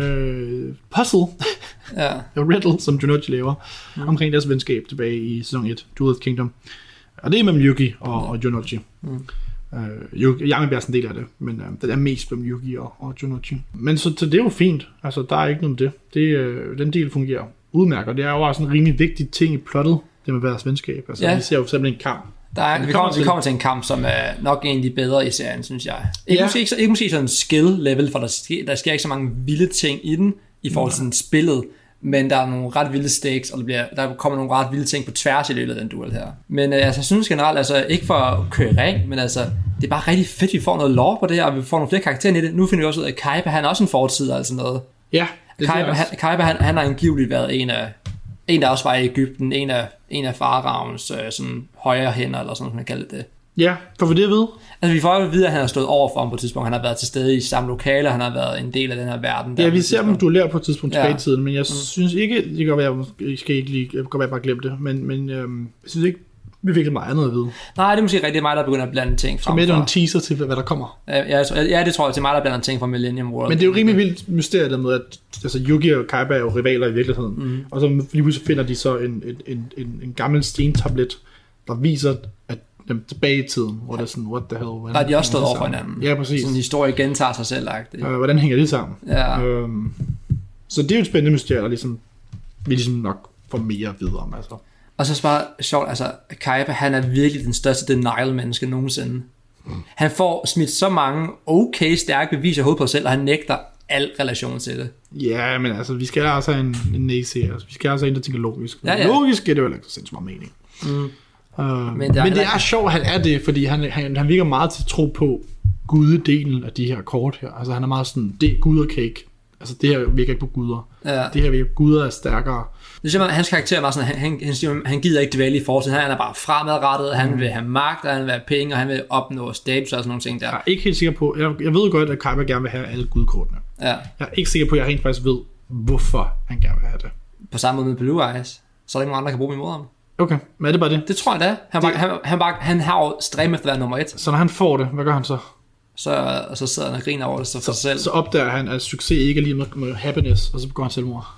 Uh, puzzle. Ja. Riddle, som Junochi laver, mm. omkring deres venskab tilbage i sæson et, Duelist Kingdom. Og det er mellem Yuki og, og Junochi. Mm. Uh, Yuki, Yami bliver sådan en del af det, men uh, det er mest mellem Yuki og, og Junochi. Men så, så det er jo fint, altså der er ikke noget med det. det uh, den del fungerer udmærket, og det er jo også en rimelig vigtig ting i plottet, det med deres venskab. Altså ja. Vi ser jo simpelthen en kamp. Der er, vi, kommer, vi kommer til en kamp, som er nok egentlig bedre i serien, synes jeg. Ikke, ja. måske, ikke, ikke måske sådan en skill-level, for der sker, der sker ikke så mange vilde ting i den, i forhold til sådan spillet, men der er nogle ret vilde stakes, og der, bliver, der kommer nogle ret vilde ting på tværs i løbet af den duel her. Men øh, altså, jeg synes generelt, altså ikke for at køre ring, men altså, det er bare rigtig fedt, vi får noget lore på det her, og vi får nogle flere karakterer i det. Nu finder vi også ud af, at Kaiba, han er også en fortid, altså noget. Ja, det Kaiba, han, Kaiba han, han har angiveligt været en af... En, der også var i Egypten, en af, en af faraoens øh, sådan højre hænder, eller sådan, som man kalder det. Ja, for hvad det at vide? Altså, vi får jo at vide, at han har stået over for ham på et tidspunkt. Han har været til stede i samme lokale, han har været en del af den her verden. Ja, vi ser dem duellere på et tidspunkt tilbage i tiden, men jeg mm. synes ikke, det kan være, jeg skal ikke lige, jeg kan være bare glemme det, men, men øhm, jeg synes ikke, vi fik meget andet at vide. Nej, det er måske rigtig mig, der begynder at blande ting frem. Så med en teaser til, hvad der kommer. Ja, ja, ja, det tror jeg til mig, der blander ting fra Millennium World. Men det er jo rimelig vildt mysteriet med, at altså, Yuki og Kaiba er jo rivaler i virkeligheden. Mm. Og så lige pludselig finder de så en, en, en, en, en gammel stentablet, der viser, at dem tilbage i tiden, hvor det er sådan, what the hell. Der er de også stået over for hinanden. Ja, præcis. Sådan en historie gentager sig selv. Øh, hvordan hænger det sammen? Ja. Øhm, så det er jo et spændende mysterium, der ligesom, vi ligesom nok får mere at vide om, altså. Og så bare sjovt, altså Kaiba, han er virkelig den største denial-menneske nogensinde. Mm. Han får smidt så mange okay stærke beviser i hovedet på sig selv, og han nægter al relation til det. Ja, men altså, vi skal også have en, en næse, altså, vi skal også have en, der tænker logisk. Ja, ja. Logisk er det jo ikke så sindssygt meget mening. Mm. Uh, men, det er, men det er sjovt, han er det, fordi han, han, han virker meget til at tro på gudedelen af de her kort her. Altså han er meget sådan, det er gud og cake. Altså det her virker ikke på guder. Ja. Det her virker, guder er stærkere. Det er simpelthen, hans karakter er meget sådan, han, han, han, han gider ikke dvæle i fortiden. Han er bare fremadrettet, mm. han vil have magt, og han vil have penge, og han vil opnå status og sådan nogle ting der. Jeg er ikke helt sikker på, jeg, jeg ved godt, at Kaiba gerne vil have alle gudkortene. Ja. Jeg er ikke sikker på, at jeg rent faktisk ved, hvorfor han gerne vil have det. På samme måde med Blue Eyes, så er der ikke nogen andre, der kan bruge dem imod ham. Okay, men er det bare det? Det tror jeg da. Han, det... han, han, han, han har jo stræbt efter at være nummer et. Så når han får det, hvad gør han så? Så, og så sidder han og griner over det så for så, sig selv. Så opdager han, at succes ikke er lige med, med happiness, og så begår han selvmord.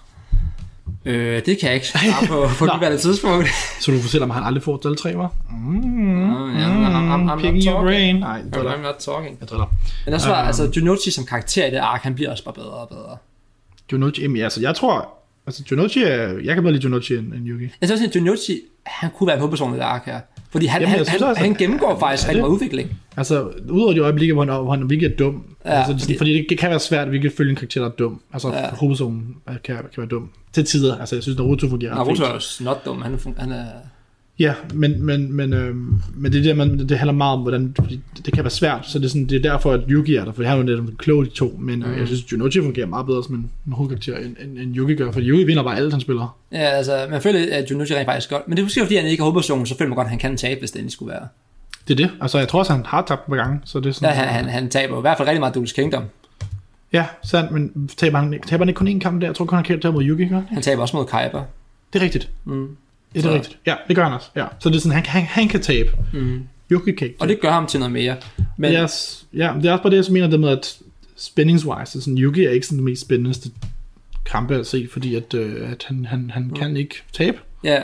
Øh, det kan jeg ikke svare på på nuværende tidspunkt. Så du fortæller mig, at han aldrig får alle tre, var? Mm, oh, yeah, mm, I'm, I'm, I'm picking your brain. Nej, I'm, I'm not talking. Jeg driller. Men også var, um, altså, Junochi som karakter i det ark, han bliver også bare bedre og bedre. Junochi, jamen, altså, jeg tror, altså, Junochi er, jeg kan bedre lide Junochi end, end Yuki. Jeg synes, at Junochi, han kunne være en hovedperson i det ark her. Fordi han, jamen, han, han, også, han gennemgår ja, faktisk rigtig meget udvikling. Altså, udover de øjeblikke, hvor han, hvor han virkelig er dum. Ja, altså, fordi, fordi det kan være svært at virkelig følge en karakter, der er dum. Altså, ja. Hovedpersonen kan, kan være dum. Til tider. Altså, jeg synes, Naruto fungerer. Naruto er jo snot dum. Han, han er... Ja, men, men, men, øh, men det, der, man, det handler meget om, hvordan det, det kan være svært. Så det er, sådan, det er derfor, at Yuki er der. For det er jo netop kloge de to. Men mm. jeg synes, Junochi fungerer meget bedre som en, en hovedkarakter, end, end, end Yuki gør. For Yuki vinder bare alle, han spiller. Ja, altså, man føler, at Junochi rent faktisk godt. Men det er måske, fordi han ikke er hovedpersonen, så føler man godt, at han kan tabe, hvis det endelig skulle være. Det er det. Altså, jeg tror også, han har tabt på gange. Så det er sådan, ja, han, han, han taber i hvert fald rigtig meget Duelist Kingdom. Ja, sandt, men taber han, taber han ikke kun én kamp der? Jeg tror kun, han kan tabe mod Yuki, gør? Han taber også mod Kaiba. Det er rigtigt. Mm. Ja, det er rigtigt. Ja, det gør han også. Ja. Så det er sådan, han, han, han kan tabe. Mm. Yuki kan ikke. Og det gør ham til noget mere. Men yes, ja, det er også bare det, jeg mener det med, at spændingswise, sådan, Yuki er ikke sådan det mest spændendste kampe at se, fordi at, øh, at han, han, han mm. kan ikke tabe. Ja.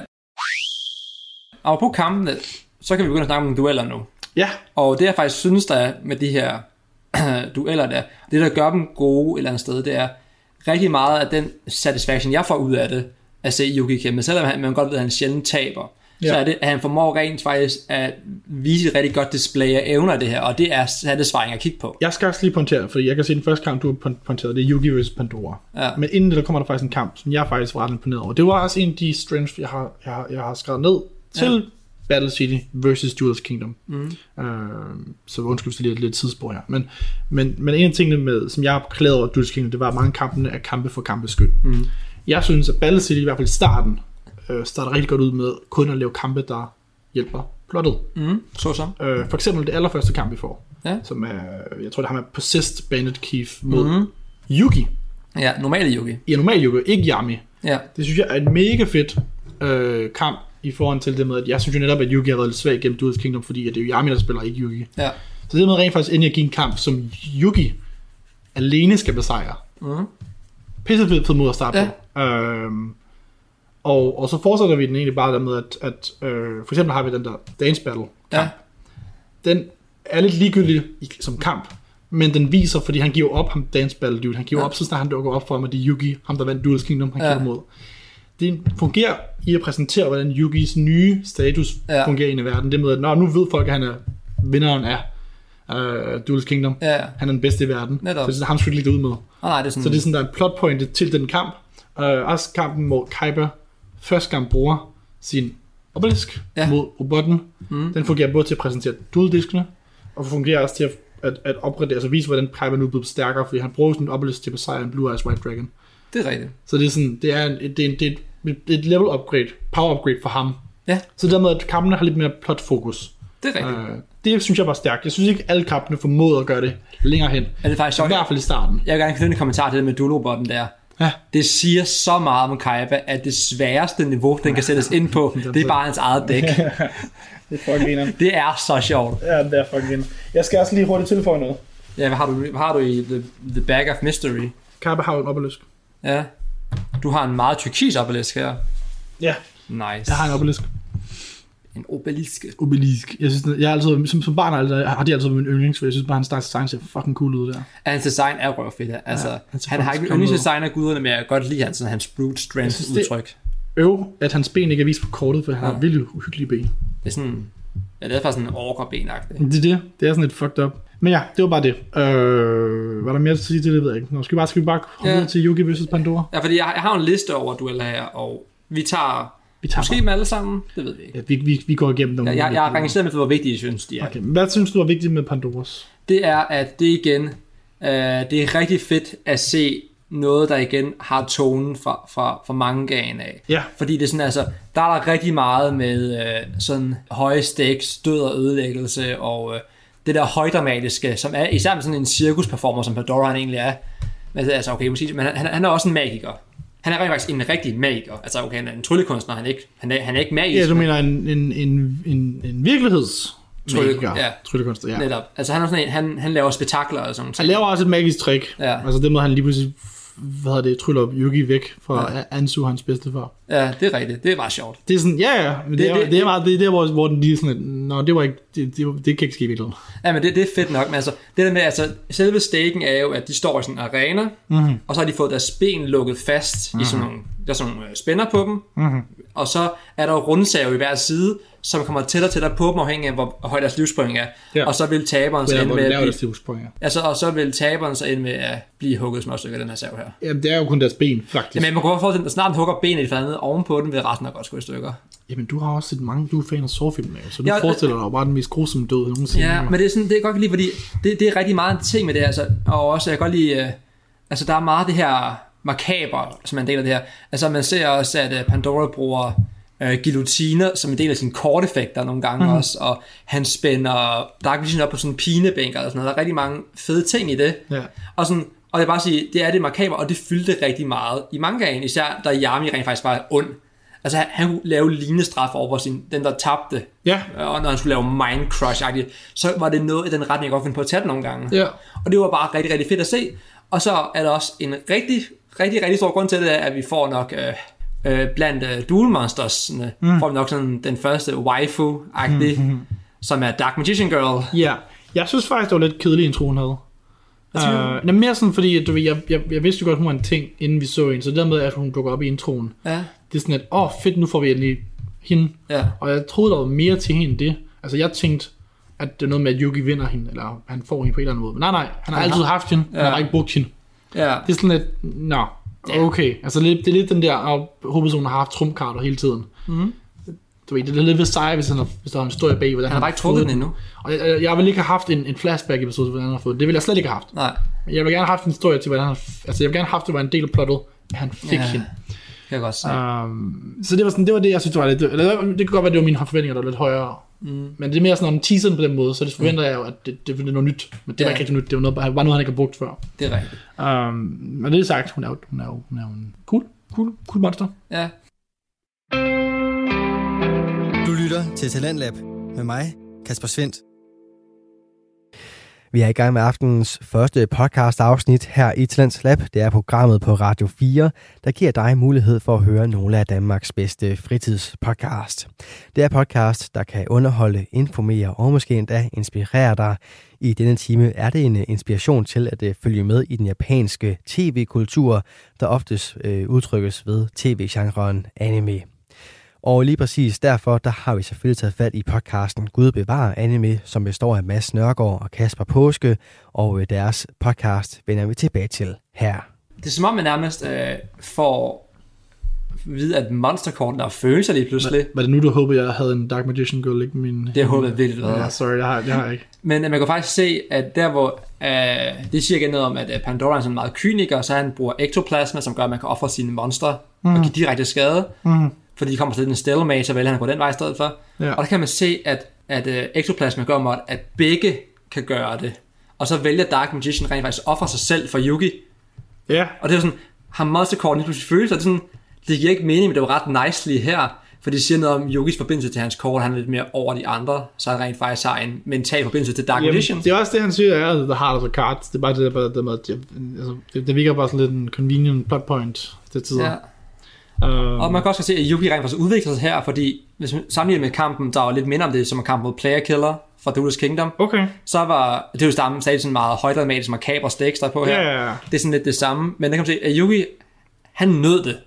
Og på kampene, så kan vi begynde at snakke om dueller nu. Ja. Og det jeg faktisk synes, der er med de her dueller der, det der gør dem gode et eller andet sted, det er rigtig meget af den satisfaction, jeg får ud af det, at se Yuki kæmpe. Selvom man godt ved, at han sjældent taber, ja. Så er det, at han formår rent faktisk at vise et rigtig godt display af evner af det her, og det er satisfying at kigge på. Jeg skal også lige pointere, fordi jeg kan se den første kamp, du har pointeret, det er Yuki versus Pandora. Ja. Men inden det, der kommer der faktisk en kamp, som jeg faktisk var ret imponeret over. Det var også en af de strengths, jeg har, jeg har, jeg har skrevet ned til ja. Battle City versus Duelist Kingdom. Mm. Uh, så undskyld, hvis det er lidt tidsspor her. Men, men, men en af tingene, med, som jeg har klædet over Duelist Kingdom, det var, at mange kampene er kampe for kampes skyld. Mm. Jeg synes, at Battle City i hvert fald i starten, øh, starter rigtig godt ud med kun at lave kampe, der hjælper plottet. Mm. Så så. Øh, for eksempel det allerførste kamp, vi får. Ja. Som er, jeg tror, det har med Possessed Bandit Keith mod mm. Yugi. Ja, normale Yugi. Ja, normal Yugi, ikke Yami. Ja. Det synes jeg er en mega fedt øh, kamp i forhold til det med, at jeg synes jo netop, at Yugi har været lidt svag gennem Duelist Kingdom, fordi at det er jo Yami, der spiller, ikke Yugi. Ja. Så det med rent faktisk endelig at give en kamp, som Yugi alene skal besejre. Mm. Pisse fed måde at starte ja. på. Øhm, og, og så fortsætter vi den egentlig bare der med, at, at øh, for eksempel har vi den der Dance Battle kamp. Ja. Den er lidt ligegyldig som kamp, men den viser, fordi han giver op, ham Dance Battle dude, han giver ja. op, så snart han dukker op for ham, at det er Yugi, ham der vandt Duelist Kingdom, han ja. kigger mod. Det fungerer i at præsentere, hvordan Yugis nye status ja. fungerer ind i verden. Det med, at når nu ved folk, at han er vinderen af uh, Duelist Kingdom. Ja. Han er den bedste i verden. Netop. Så det er ham, skulle ligge ud med. Oh, nej, det er sådan... Så det er sådan, der er en plot point til den kamp. Uh, også kampen, hvor Kaiba første gang bruger sin obelisk ja. mod robotten. Mm. Den fungerer både til at præsentere dueldiskene, og fungerer også til at, at, at opgradere, altså vise, hvordan Kaiba nu er blevet stærkere, fordi han bruger sådan en obelisk til at besejre en Blue Eyes White Dragon. Det er rigtigt. Så det er sådan, det er, en, det er, en, det er et, et level upgrade, power upgrade for ham. Ja. Så dermed, at kampene har lidt mere plot fokus. Det er rigtigt. Uh, det synes jeg var stærkt. Jeg synes ikke, alle kampene formåede at gøre det længere hen. Er det faktisk sjovt? I hvert fald i starten. Jeg vil gerne knytte en kommentar til det med duel-robotten der. Ja. Det siger så meget om Kaiba, at det sværeste niveau, den kan sættes ind på, det er bare hans eget dæk. Det er fucking enormt. Det er så sjovt. Ja, det er fucking enormt. Jeg skal også lige hurtigt tilføje noget. Ja, hvad har du, hvad har du i the, the Bag of Mystery? Kaiba har en obelisk. Ja. Du har en meget turkis obelisk her. Ja. Nice. Jeg har en obelisk. En obelisk. Obelisk. Jeg synes, jeg har altid, som, som barn har, har de altid været min yndlings, for jeg synes bare, hans design ser fucking cool ud der. Ja, hans design er røvfedt. Altså, ja, han har ikke en yndlingsdesign af guderne, men jeg kan godt lide hans, sådan, hans brute strength udtryk. Øv, at hans ben ikke er vist på kortet, for han ja. har virkelig uhyggelige ben. Det er sådan, ja, det er faktisk sådan en orkerbenagtigt. Det er det. Det er sådan lidt fucked up. Men ja, det var bare det. Øh, var der mere at sige til det, ved jeg ikke. Nå, skal vi bare, skal vi bare komme ja. til Yugi versus Pandora? Ja, fordi jeg, jeg har en liste over dueller her, og vi tager, vi tager måske dem alle sammen, det ved vi ikke. Ja, vi, vi, vi går igennem dem. Ja, jeg, jeg har rangeret med, hvor vigtige jeg synes, de er. Okay, hvad synes du er vigtigt med Pandoras? Det er, at det igen, øh, det er rigtig fedt at se noget, der igen har tonen fra, fra, fra mangaen af. Ja. Fordi det er sådan, altså, der er der rigtig meget med øh, sådan høje stakes, død og ødelæggelse, og øh, det der højdramatiske, som er især med sådan en cirkusperformer, som Pandora han egentlig er. Men altså, okay, måske, men han, han er også en magiker. Han er faktisk en rigtig magiker. Altså, okay, han er en tryllekunstner, han er ikke, han er, han er ikke magisk. Ja, du mener en, en, en, en, en virkeligheds... Trylle, ja. Tryllekunstner, ja. Netop. Altså, han er sådan en, han, han laver spektakler og sådan noget. Han laver også et magisk trick. Ja. Altså, det måde, han lige pludselig hvad hedder det, tryller Yugi væk fra ja. Anzu, hans bedstefar. Ja, det er rigtigt. Det er meget sjovt. Det er sådan, ja, ja, men det, det, er, det, det er meget, det er der, hvor, hvor den lige sådan, at, nå, det var ikke, det, det, det kan ikke ske i virkeligheden. Ja, men det, det er fedt nok, men altså, det der med, altså, selve staken er jo, at de står i sådan en arena, mm-hmm. og så har de fået deres ben lukket fast mm-hmm. i sådan nogle, der er sådan nogle spænder på dem, mm-hmm. og så er der jo rundsave i hver side, som kommer tættere og tættere på dem, afhængig af, hvor høj deres livspoint er. Ja. Og så vil taberen så ende med at blive, altså, og så vil taberen så ende med at blive hugget småstykker af den her sav her. Jamen, det er jo kun deres ben, faktisk. Jamen, man kan godt forestille, at snart hugger benet i andet ovenpå den, vil resten af godt gå i stykker. Jamen, du har også set mange, du er fan af sårfilm, så du ja, forestiller dig jo bare den mest grusomme død nogensinde. Ja, men det er sådan, det er godt lige, fordi det, det er rigtig meget en ting med det her, altså, og også, jeg kan godt lide, uh, altså, der er meget det her makaber, som er en del af det her. Altså, man ser også, at uh, Pandora bruger uh, guillotiner som en del af sine korteffekter nogle gange mm. også, og han spænder Dark Vision op på sådan en pinebænker og sådan noget. Der er rigtig mange fede ting i det. Ja. Og sådan, og jeg vil bare sige, det er det makaber, og det fyldte rigtig meget i mangaen, især da Yami rent faktisk var ond. Altså han, han kunne lave linestraf over sin, den der tabte. Ja. Og når han skulle lave mind crush-agtigt, så var det noget i den retning, jeg godt finde på at tage det nogle gange. Ja. Og det var bare rigtig, rigtig fedt at se. Og så er der også en rigtig, rigtig, rigtig stor grund til det, at vi får nok øh, øh, blandt øh, Duel Monsters, mm. får vi nok sådan den første waifu-agtige, mm-hmm. som er Dark Magician Girl. Ja, jeg synes faktisk, det var lidt kedelig intro, hun havde. Uh, det er mere sådan, fordi at, du ved, jeg, jeg, jeg vidste jo godt, hun var en ting, inden vi så hende, så det der med, at hun dukker op i introen, ja. Det er sådan, at åh oh, fedt, nu får vi endelig hende. Ja. Og jeg troede, der var mere til hende end det. Altså jeg tænkte, at det er noget med, at Yugi vinder hende, eller han får hende på en eller anden måde. Men nej, nej, han har han altid har... haft hende, ja. Han har ikke brugt hende. Ja. Det er sådan lidt, nå, okay. Altså det er lidt den der, at hovedpersonen har haft trumkarter hele tiden. Mm. Du ved, det er lidt ved sig, hvis, han har, hvis der er en historie bag, hvordan han har bare ikke trukket den endnu. Og jeg, jeg vil ikke have haft en, en flashback-episode, hvordan han har fået det. vil jeg slet ikke have haft. Nej. Jeg vil gerne have haft en historie til, hvordan han... Altså, jeg vil gerne have haft, det var en del af plottet, at han fik ja, hende. Kan jeg godt se. Um, så det var, sådan, det var det, jeg synes, det var lidt... Eller, det kan godt være, det var mine forventninger, der var lidt højere. Mm. Men det er mere sådan, når den teaser den på den måde, så det forventer mm. jeg jo, at det, det, det er noget nyt. Men det ja. var ikke rigtig nyt. Det var noget, bare noget, han ikke har brugt før. Det er rigtigt. Um, men det er sagt, hun er jo, hun er jo, hun er jo en cool, cool, cool monster. Ja. Du lytter til Talentlab med mig, Kasper Svendt. Vi er i gang med aftenens første podcast-afsnit her i Talents Lab. Det er programmet på Radio fire, der giver dig mulighed for at høre nogle af Danmarks bedste fritidspodcast. Det er podcast, der kan underholde, informere og måske endda inspirere dig. I denne time er det en inspiration til at følge med i den japanske tv-kultur, der oftest øh, udtrykkes ved tv-genren anime. Og lige præcis derfor, der har vi selvfølgelig taget fat i podcasten Gud bevarer anime, som består af Mads Nørgaard og Kasper Påske, og deres podcast vender vi tilbage til her. Det er som om, man nærmest øh, får vide, at monsterkorten der følelser lige pludselig. Var det nu, du håber, jeg havde en Dark Magician Girl ikke min... Det håber jeg virkelig. Ja, sorry, det har, det har jeg ikke. Men man kan faktisk se, at der hvor, øh, det siger igen noget om, at Pandora er sådan meget kyniker, så han bruger ektoplasma, som gør, at man kan ofre sine monstre mm. og give direkte skade. Mm. Fordi de kommer til en stalemate, så vælger han at gå den vej i stedet for. Ja. Og der kan man se, at, at uh, ektoplasma gør mod, at begge kan gøre det. Og så vælger Dark Magician rent faktisk ofre sig selv for Yugi. Ja. Og det er sådan, har monsterkorten lige pludselig følelser. Det, er sådan, det giver ikke mening, men det var ret nicely her. For de siger noget om Yugis forbindelse til hans kort. Han er lidt mere over de andre, så han rent faktisk har en mental forbindelse til Dark Jamen, Magician. Det er også det, han siger, er the heart of the cards. Det er bare det der, der med, at altså, det, det virker bare sådan lidt en convenient plot point til tider. Ja. Um, og man kan også se, at Yugi rent faktisk udvikler sig her, fordi hvis man sammenligner med kampen, der var lidt mindre om det, som er kampen mod Player Killer fra Duelist Kingdom, okay. så var det jo stadig sådan meget højdramatisk, som Kaber Stakes der på her. Yeah. Det er sådan lidt det samme, men der kan man se, at Yugi, han nød det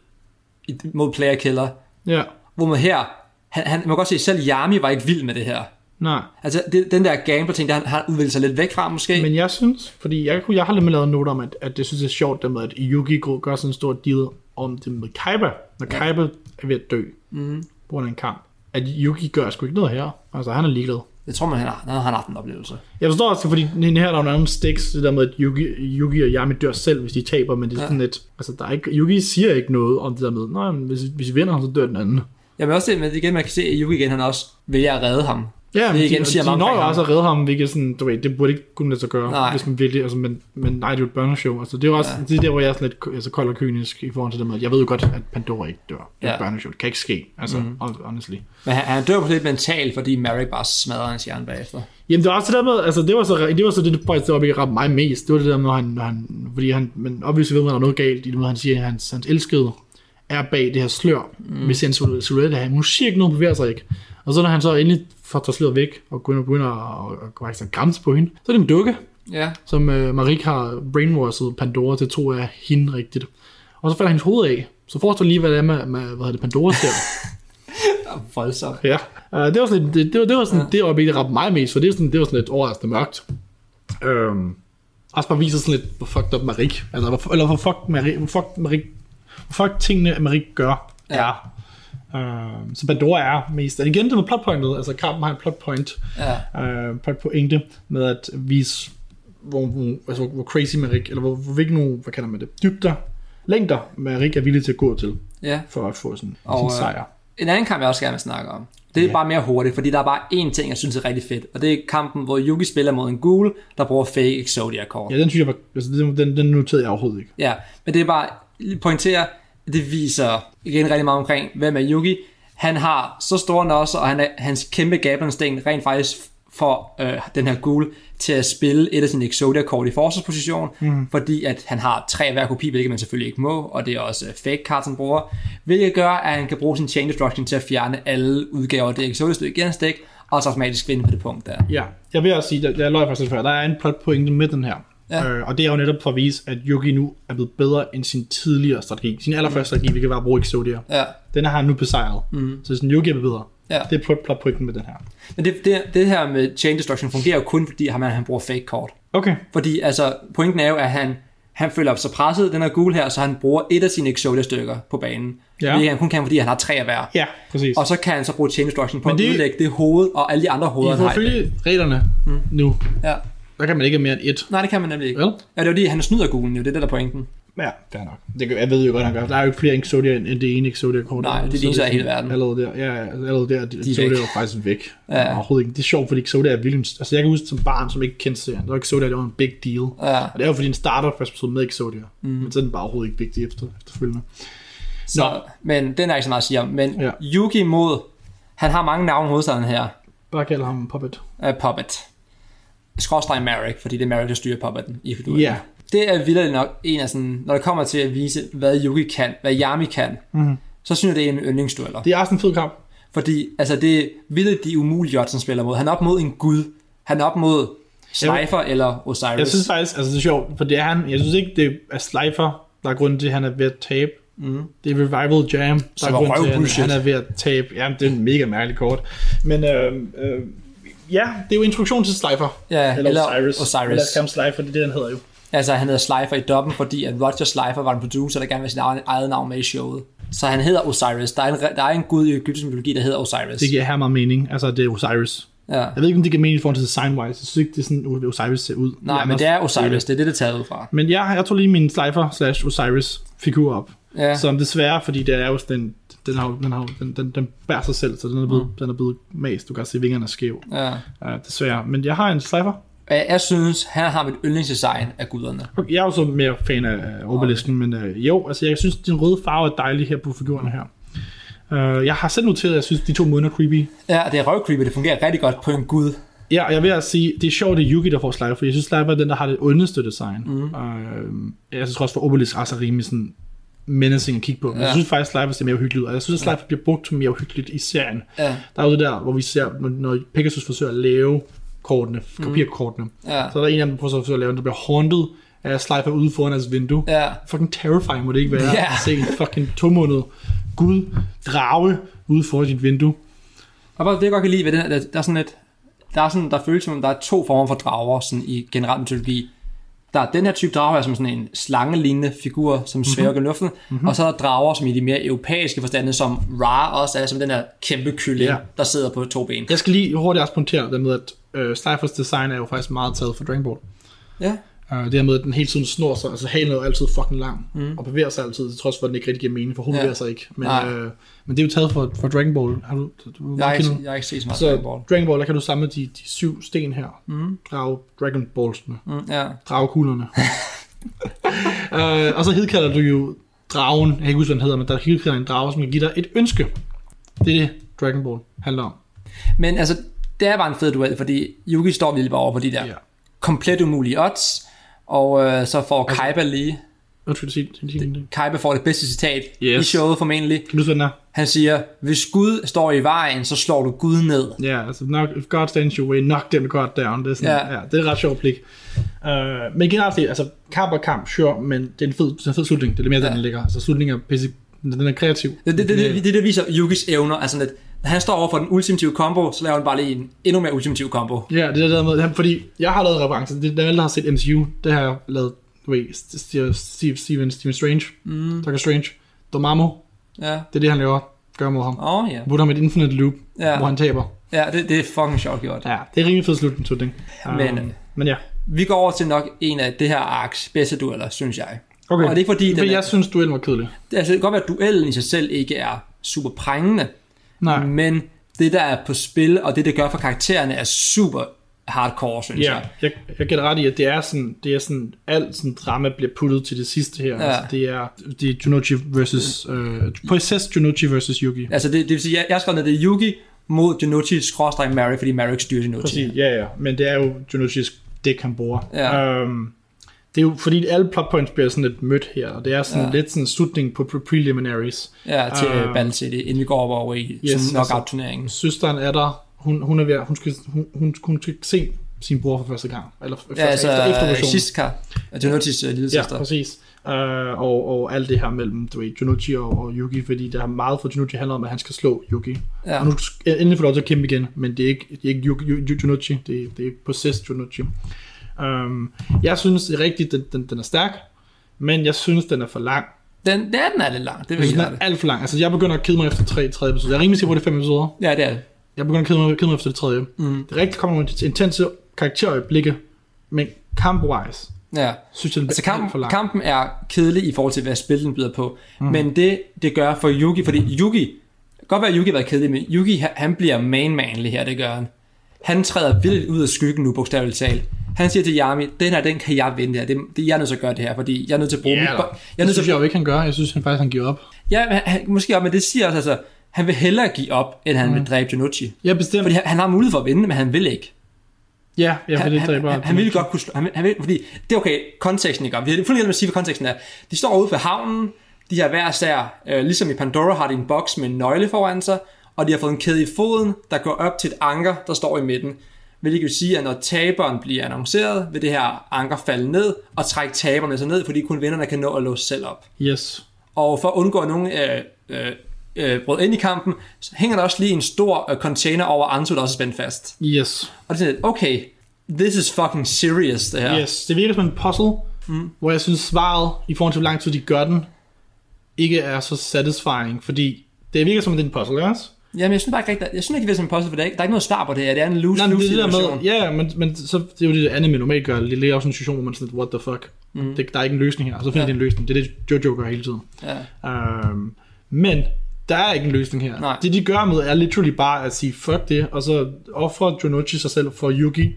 mod Player Killer. Yeah. Hvor man her, han, han, man kan godt se, at selv Yami var ikke vild med det her. Nej. Altså det, den der gambler-ting, der han har udviklet sig lidt væk fra måske. Men jeg synes, fordi jeg, jeg har lidt med lavet noter om, at, at det synes jeg er sjovt, der med, at Yugi gør sådan en stor deal om det med Kaiba. Når ja. Kaiba er ved at dø mm. på grund af en kamp, at Yugi gør sgu ikke noget her. Altså han er ligeglad. Jeg tror man, han har, han har haft en oplevelse. Jeg forstår også, fordi her der er nogle sticks, det der med, at Yugi, Yugi og Yami dør selv, hvis de taber, men det er ja. sådan lidt, altså der er ikke, Yugi siger ikke noget om det der med, nej, hvis, hvis I vinder, så dør den anden. Jamen også det, men igen, man kan se, at Yugi igen, han også vælger at redde ham. Ja, men igen, de, de når jo også at redde ham, hvilket sådan, du ved, det burde ikke kunne lade sig gøre, nej. Hvis man virkelig, altså, men, men nej, det er jo et børneshow, altså det er jo også, ja. Det er der, hvor jeg er sådan lidt altså, kold og kynisk i forhold til det med, jeg ved jo godt, at Pandora ikke dør, det er ja. Et børneshow, det kan ikke ske, altså, mm. honestly. Men han, han dør på lidt mentalt, fordi Merrick bare smadrer hans hjerne bagefter. Jamen det var også det der med, altså det var så, det var så det, der der ikke ramte mig mest, det var det der med, han, han fordi han, men obviously ved man, der er noget galt i det måde, han siger, at hans, hans elskede er bag det her slør, mm. hvis han silhuette her, hun siger ikke noget, bevæger sig ikke. Og så når han så endelig får taget sløret væk, og går ind og begynder at, at gå faktisk en grænse på hende, så er det en dukke, ja. Som uh, Marik har brainwashed Pandora til at tro er hende rigtigt. Og så falder hendes hoved af. Så forestil lige, hvad det er med, med hvad hedder det, Pandora ser. Voldsomt. Ja, uh, det var sådan, det, det, var, det var sådan, ja. Det var det ramte mig mest, for det var sådan, det var sådan lidt overraskende mørkt. Um, også bare viser sådan lidt, hvor fucked up Marik, altså, hvor, eller hvor fuck Marik, hvor fuck Marik, hvor fuck tingene Marik gør, ja. Uh, så Pandora er mest, og igen det med plotpointet, altså kampen har en plotpoint, ja. uh, plotpointe med at vise, hvor, hvor, altså, hvor crazy Marik, eller hvor, hvor hvilke nogle, hvad kalder man det, dybder, længder Marik er villig til at gå til, ja. For at få sådan og, sin sejr. En anden kamp, jeg også gerne vil snakke om, det er ja. Bare mere hurtigt, fordi der er bare én ting, jeg synes er rigtig fedt, og det er kampen, hvor Yugi spiller mod en ghoul, der bruger fake Exodia kort. Ja, den synes jeg var, altså den, den noterede jeg overhovedet ikke. Ja, men det er bare, pointere, det viser igen rigtig meget omkring, hvem er Yugi. Han har så store nosser, og han er, hans kæmpe Gablin-sten rent faktisk får øh, den her ghoul til at spille et af sine Exodia-kort i forsvarsposition, mm. fordi at han har tre hver kopi, hvilket man selvfølgelig ikke må, og det er også fake cards, han bruger, hvilket gør, at han kan bruge sin Chain Destruction til at fjerne alle udgaver af det Exodia igen stik, og så automatisk vinde på det punkt der. Ja, jeg vil også sige, at jeg løg faktisk før, der er en plot pointe med den her. Ja. Øh, og det er jo netop for at vise, at Yugi nu er blevet bedre end sin tidligere strategi. Sin allerførste strategi, vi kan bare bruge Exodia. Ja. Den har han nu besejret. Mm. Så sådan, Yugi er bedre. Ja. Det er plot, plot pointen med den her. Men det, det, det her med Chain Destruction fungerer jo kun, fordi han, han bruger fake kort. Okay. Fordi altså, pointen er jo, at han, han føler sig presset, den her gul her, så han bruger et af sine Exodia-stykker på banen. Ja. Hvilket han kun kan, fordi han har tre af hver. Ja, præcis. Og så kan han så bruge Chain Destruction på det, at udlægge det hoved og alle de andre hoveder, han har. Ifølge reglerne mm. nu, ja. Der kan man ikke have mere end et. Nej, det kan man nemlig ikke. Well. Ja, det er jo fordi, han snyder gulen jo, det er det der pointen. Ja, fair nok. Det, jeg ved jo godt, han gør. Der er jo ikke flere Exodia end det ene Exodia-kort. Nej, det er de eneste af hele verden. Allerede der, ja, allerede der, de Exodia er jo faktisk væk. Ja. Overhovedet ikke. Det er sjovt, fordi Exodia er vildt. Altså, jeg kan huske som barn, som ikke kendte serien. Der var Exodia, det var en big deal. Ja. Og det er jo fordi, en starter først episode med Exodia. Mm. Men så er den bare overhovedet ikke vigtig efter, efterfølgende. Så, Nå. Men den er ikke så meget at sige om. Men ja. Yugi mod, han har mange navne hovedstaden her. Bare kalder ham Puppet. Uh, Puppet. Skråstreg Marek, fordi det er Marek, der styrer Puppeten i figuren. Ja. Det er vildt nok en af sådan, når det kommer til at vise, hvad Yugi kan, hvad Yami kan, mm. så synes jeg, det er en yndlingsdueller. Det er også en fed kamp. Fordi, altså, det er vildt de umulige odds, han spiller mod. Han er op mod en gud. Han er op mod Slifer jeg, eller Osiris. Jeg synes faktisk, altså det er sjovt, for det er han, jeg synes ikke, det er Slifer, der er grunden til, at han er ved at tabe. Mm. Det er Revival Jam, der er grunden til, at han er ved at tabe. Jamen, det er en mega mærkelig kort. Men, øh, øh, ja, det er jo introduktion til Slifer. Ja, eller, eller Osiris. Osiris. Eller Scam Slifer, det er det, han hedder jo. Altså, han hedder Slifer i doppen, fordi at Roger Slifer var en producer, der gerne ville sin eget navn med i showet. Så han hedder Osiris. Der er en, der er en gud i egyptisk mytologi, der hedder Osiris. Det giver her meget mening. Altså, det er Osiris. Ja. Jeg ved ikke, om det giver mening i forhold til design-wise. Jeg synes ikke, det er sådan, Osiris ser ud. Nej, men det er Osiris. Det er det, det er taget ud fra. Men ja, jeg tog lige min Slifer slash Osiris figur op. Ja. Som desværre, fordi det er jo den, den, har, den, har, den, den, den bærer sig selv, så den er blevet, mm. den er blevet mast. Du kan se, vingerne er skæv. Ja. Uh, desværre. Men jeg har en Slifer. Jeg synes, han har mit yndlingsdesign af guderne. Okay, jeg er jo så mere fan af obelisken, okay. men uh, jo, altså jeg synes, den røde farve er dejlig her på figurerne her. Uh, jeg har selv noteret, at jeg synes, de to måneder er creepy. Ja, det er røv-creepy, det fungerer rigtig godt på en gud. Ja, og jeg vil altså sige, det er sjovt, det er Yugi, der får Slifer, for jeg synes, Slifer er den, der har det ondeste design. Mm. Uh, jeg synes også, for Obelisk er så rimelig sådan menacing at kigge på. Men ja. Jeg synes faktisk, Slifer ser mere uhyggeligt ud, og jeg synes, at Slifer ja. bliver brugt mere uhyggeligt i serien. Ja. Der er jo det der, hvor vi ser, når Pegasus forsøger at lave kortene, kopiere mm. kortene, ja. Så er der en af dem, der forsøger at lave, der bliver haunted af Slifer ude foran hans vindue. Ja. Fucking terrifying må det ikke være, ja. At se en fucking to måneder gud drage ude foran dit vindue. Og det jeg godt kan lide ved den, der, der er sådan et, der er sådan, der føles som, der er to former for drager sådan i generel mytologi. Der er den her type drager, som sådan en slangelignende figur, som svæver gennem luften, mm-hmm. og så er der drager, som i de mere europæiske forstande, som Ra også er, som den her kæmpe kylling, ja. Der sidder på to ben. Jeg skal lige hurtigt også pointere det med, at øh, Slifers design er jo faktisk meget taget fra Dragon Ball. Ja. Uh, det her med, at den hele tiden snor sig, altså halen er jo altid fucking lang, mm. og bevæger sig altid, til trods for, at den ikke rigtig giver mening, for hun ja. bevæger sig ikke. Men, øh, men det er jo taget fra, fra Dragon Ball. Har du, du, jeg, har ikke, jeg har ikke set så meget så Dragon Ball. Dragon Ball, der kan du samle de, de syv sten her. Mm. Drage Dragon Ballsene. Mm, ja. Dragekuglerne. uh, og så hedkalder du jo dragen, jeg kan ikke huske, hvad den hedder, men der hedkalder en drage, som kan give dig et ønske. Det er det, Dragon Ball handler om. Men altså, det er bare en fed duel, fordi Yugi står virkelig bare over på de der ja. komplet umulige odds, og øh, så får altså, Kaiba lige... Hvad skal du sige? Det, Kaiba får det bedste citat yes. i showet formentlig. Kan du sige, den er? Han siger, hvis Gud står i vejen, så slår du Gud ned. Ja, yeah, altså, knock, if God stands your way, knock them God down. Det er, sådan, yeah. ja, det er ret sjovt plik. Uh, men generelt set, altså, kamp og kamp, sure, men det er en fed, det er en fed slutning. Det er lidt mere, ja. Den ligger. Altså, slutningen er pisse, den er kreativ. Det, det, det, det, det, det viser Yugis evner, altså at når han står over for den ultimative combo, så laver han bare lige en endnu mere ultimative combo. Ja, det er der med, fordi jeg har lavet referencer, det er alle, der har set M C U, det har jeg lavet, du ved, Steve, Steven, Steven Strange, mm. Doctor Strange, Dormammu, ja. Det er det, han laver, gør mod ham. Åh, oh, ja. Putter ham et infinite loop, ja. Hvor han taber. Ja, det, det er fucking sjovt gjort. Ja, det er rimelig fed slutning. Men, um, men ja. Vi går over til nok en af det her arks bedste dueller, synes jeg. Okay, og det er ikke fordi, for jeg er, synes, duellen var kedelig. Altså, det kan godt være, at duellen i sig selv ikke er super prængende, nej. Men det, der er på spil, og det, det gør for karaktererne, er super hardcore, synes ja, jeg. jeg. Jeg gætter ret i, at det er sådan, det er sådan, alt sådan drama bliver puttet til det sidste her. Ja. Altså, det er, det er Junouchi versus, øh, Possessed Junouchi versus Yugi. Altså, det, det vil sige, jeg, jeg har skrevet ned, det er Yugi mod Junouchi skråstreg Mary, fordi Mary styrer Junouchi. Præcis, ja, ja. Men det er jo Junouchis dæk, han bruger. Ja. Øhm, det er jo, fordi alle plot points bliver sådan lidt mødt her, og det er sådan ja. lidt sådan en slutning på preliminaries. Ja, til uh, Battle City, inden vi går over, over i yes, sådan knockout-turneringen. Altså, søsteren er der, hun, hun er ved, hun skal, hun, hun, hun skal se sin bror for første gang. Eller ja, altså efter Shizuka, Junouchis uh, lille søster. Ja, præcis. Uh, og, og alt det her mellem du ved, Junouchi og, og Yugi, fordi det har meget for Junouchi handler om, at han skal slå Yugi. Ja. Og nu skal endelig få lov til at kæmpe igen, men det er ikke, det er ikke Yugi, Junouchi, det er, det er Possessed Junouchi. Um, jeg synes det er rigtigt, den, den, den er stærk, men jeg synes den er for lang. Den, det er den er lidt lang, det vil jeg Den er alt for lang. Altså jeg begynder at kede mig efter tre tredje episoder. Jeg er rimelig sikker på det er fem episoder. Ja, det er det. Jeg begynder at kede mig, kede mig efter det tredje. Mm. Det er rigtigt, kommer nogle intense karakterøjeblikke, men kamp-wise ja. synes jeg, altså kamp, for lang. Kampen er kedelig i forhold til hvad spillet byder på, mm. men det det gør for Yugi, fordi Yugi godt være at Yugi har været kedelig, men Yugi han bliver main-manlig her, det gør han. Han træder vildt ud af skyggen nu, bogstaveligt talt. Han siger til Yami, den her, den kan jeg vinde her. Det, det, jeg er nødt til at gøre det her, fordi jeg er nødt til at bruge... Yeah, mit, jeg det synes at, jeg jo ikke, han gør. Jeg synes han faktisk, han giver op. Ja, han, måske op, men det siger også, altså, han vil hellere give op, end han mm. vil dræbe Junouchi. Ja, bestemt. Fordi han, han har mulighed for at vinde, men han vil ikke. Ja, jeg vil ikke dræbe Han, han ville godt kunne slå... Han, han vil, fordi det er okay, konteksten ikke op. Vi har fundet med at sige, hvad konteksten er. De står ude ved havnen, de har hver sær, øh, ligesom i Pandora har de en boks med en nøgle foran sig, og de har fået en kæde i foden, der går op til et anker, der står i midten. Hvilket vil sige, at når taberen bliver annonceret, vil det her anker falde ned og trække taberne sig ned, fordi kun vinderne kan nå at låse selv op. Yes. Og for at undgå at nogen øh, øh, øh, brød ind i kampen, så hænger der også lige en stor øh, container over Anzu, der også er spændt fast. Yes. Og det er sådan, okay, this is fucking serious, det her. Yes, det virker som en puzzle, mm. hvor jeg synes svaret, i forhold til hvor lang tid de gør den, ikke er så satisfying, fordi det virker som en den puzzle, ikke også? Jamen, jeg synes bare ikke rigtigt, jeg synes ikke, det er som en puzzle, for der er ikke, der er ikke noget svar på det her. Det er en lose-lose situation. Ja, men, men så, det er jo det, det anime normalt gør. Det ligger også en situation, hvor man sådan, what the fuck? Mm. Det, der er ikke en løsning her, og så finder ja. de en løsning. Det er det, Jojo gør hele tiden. Ja. Um, men der er ikke en løsning her. Nej. Det, de gør med, er literally bare at sige, fuck det, og så offrer Junouchi sig selv for Yugi,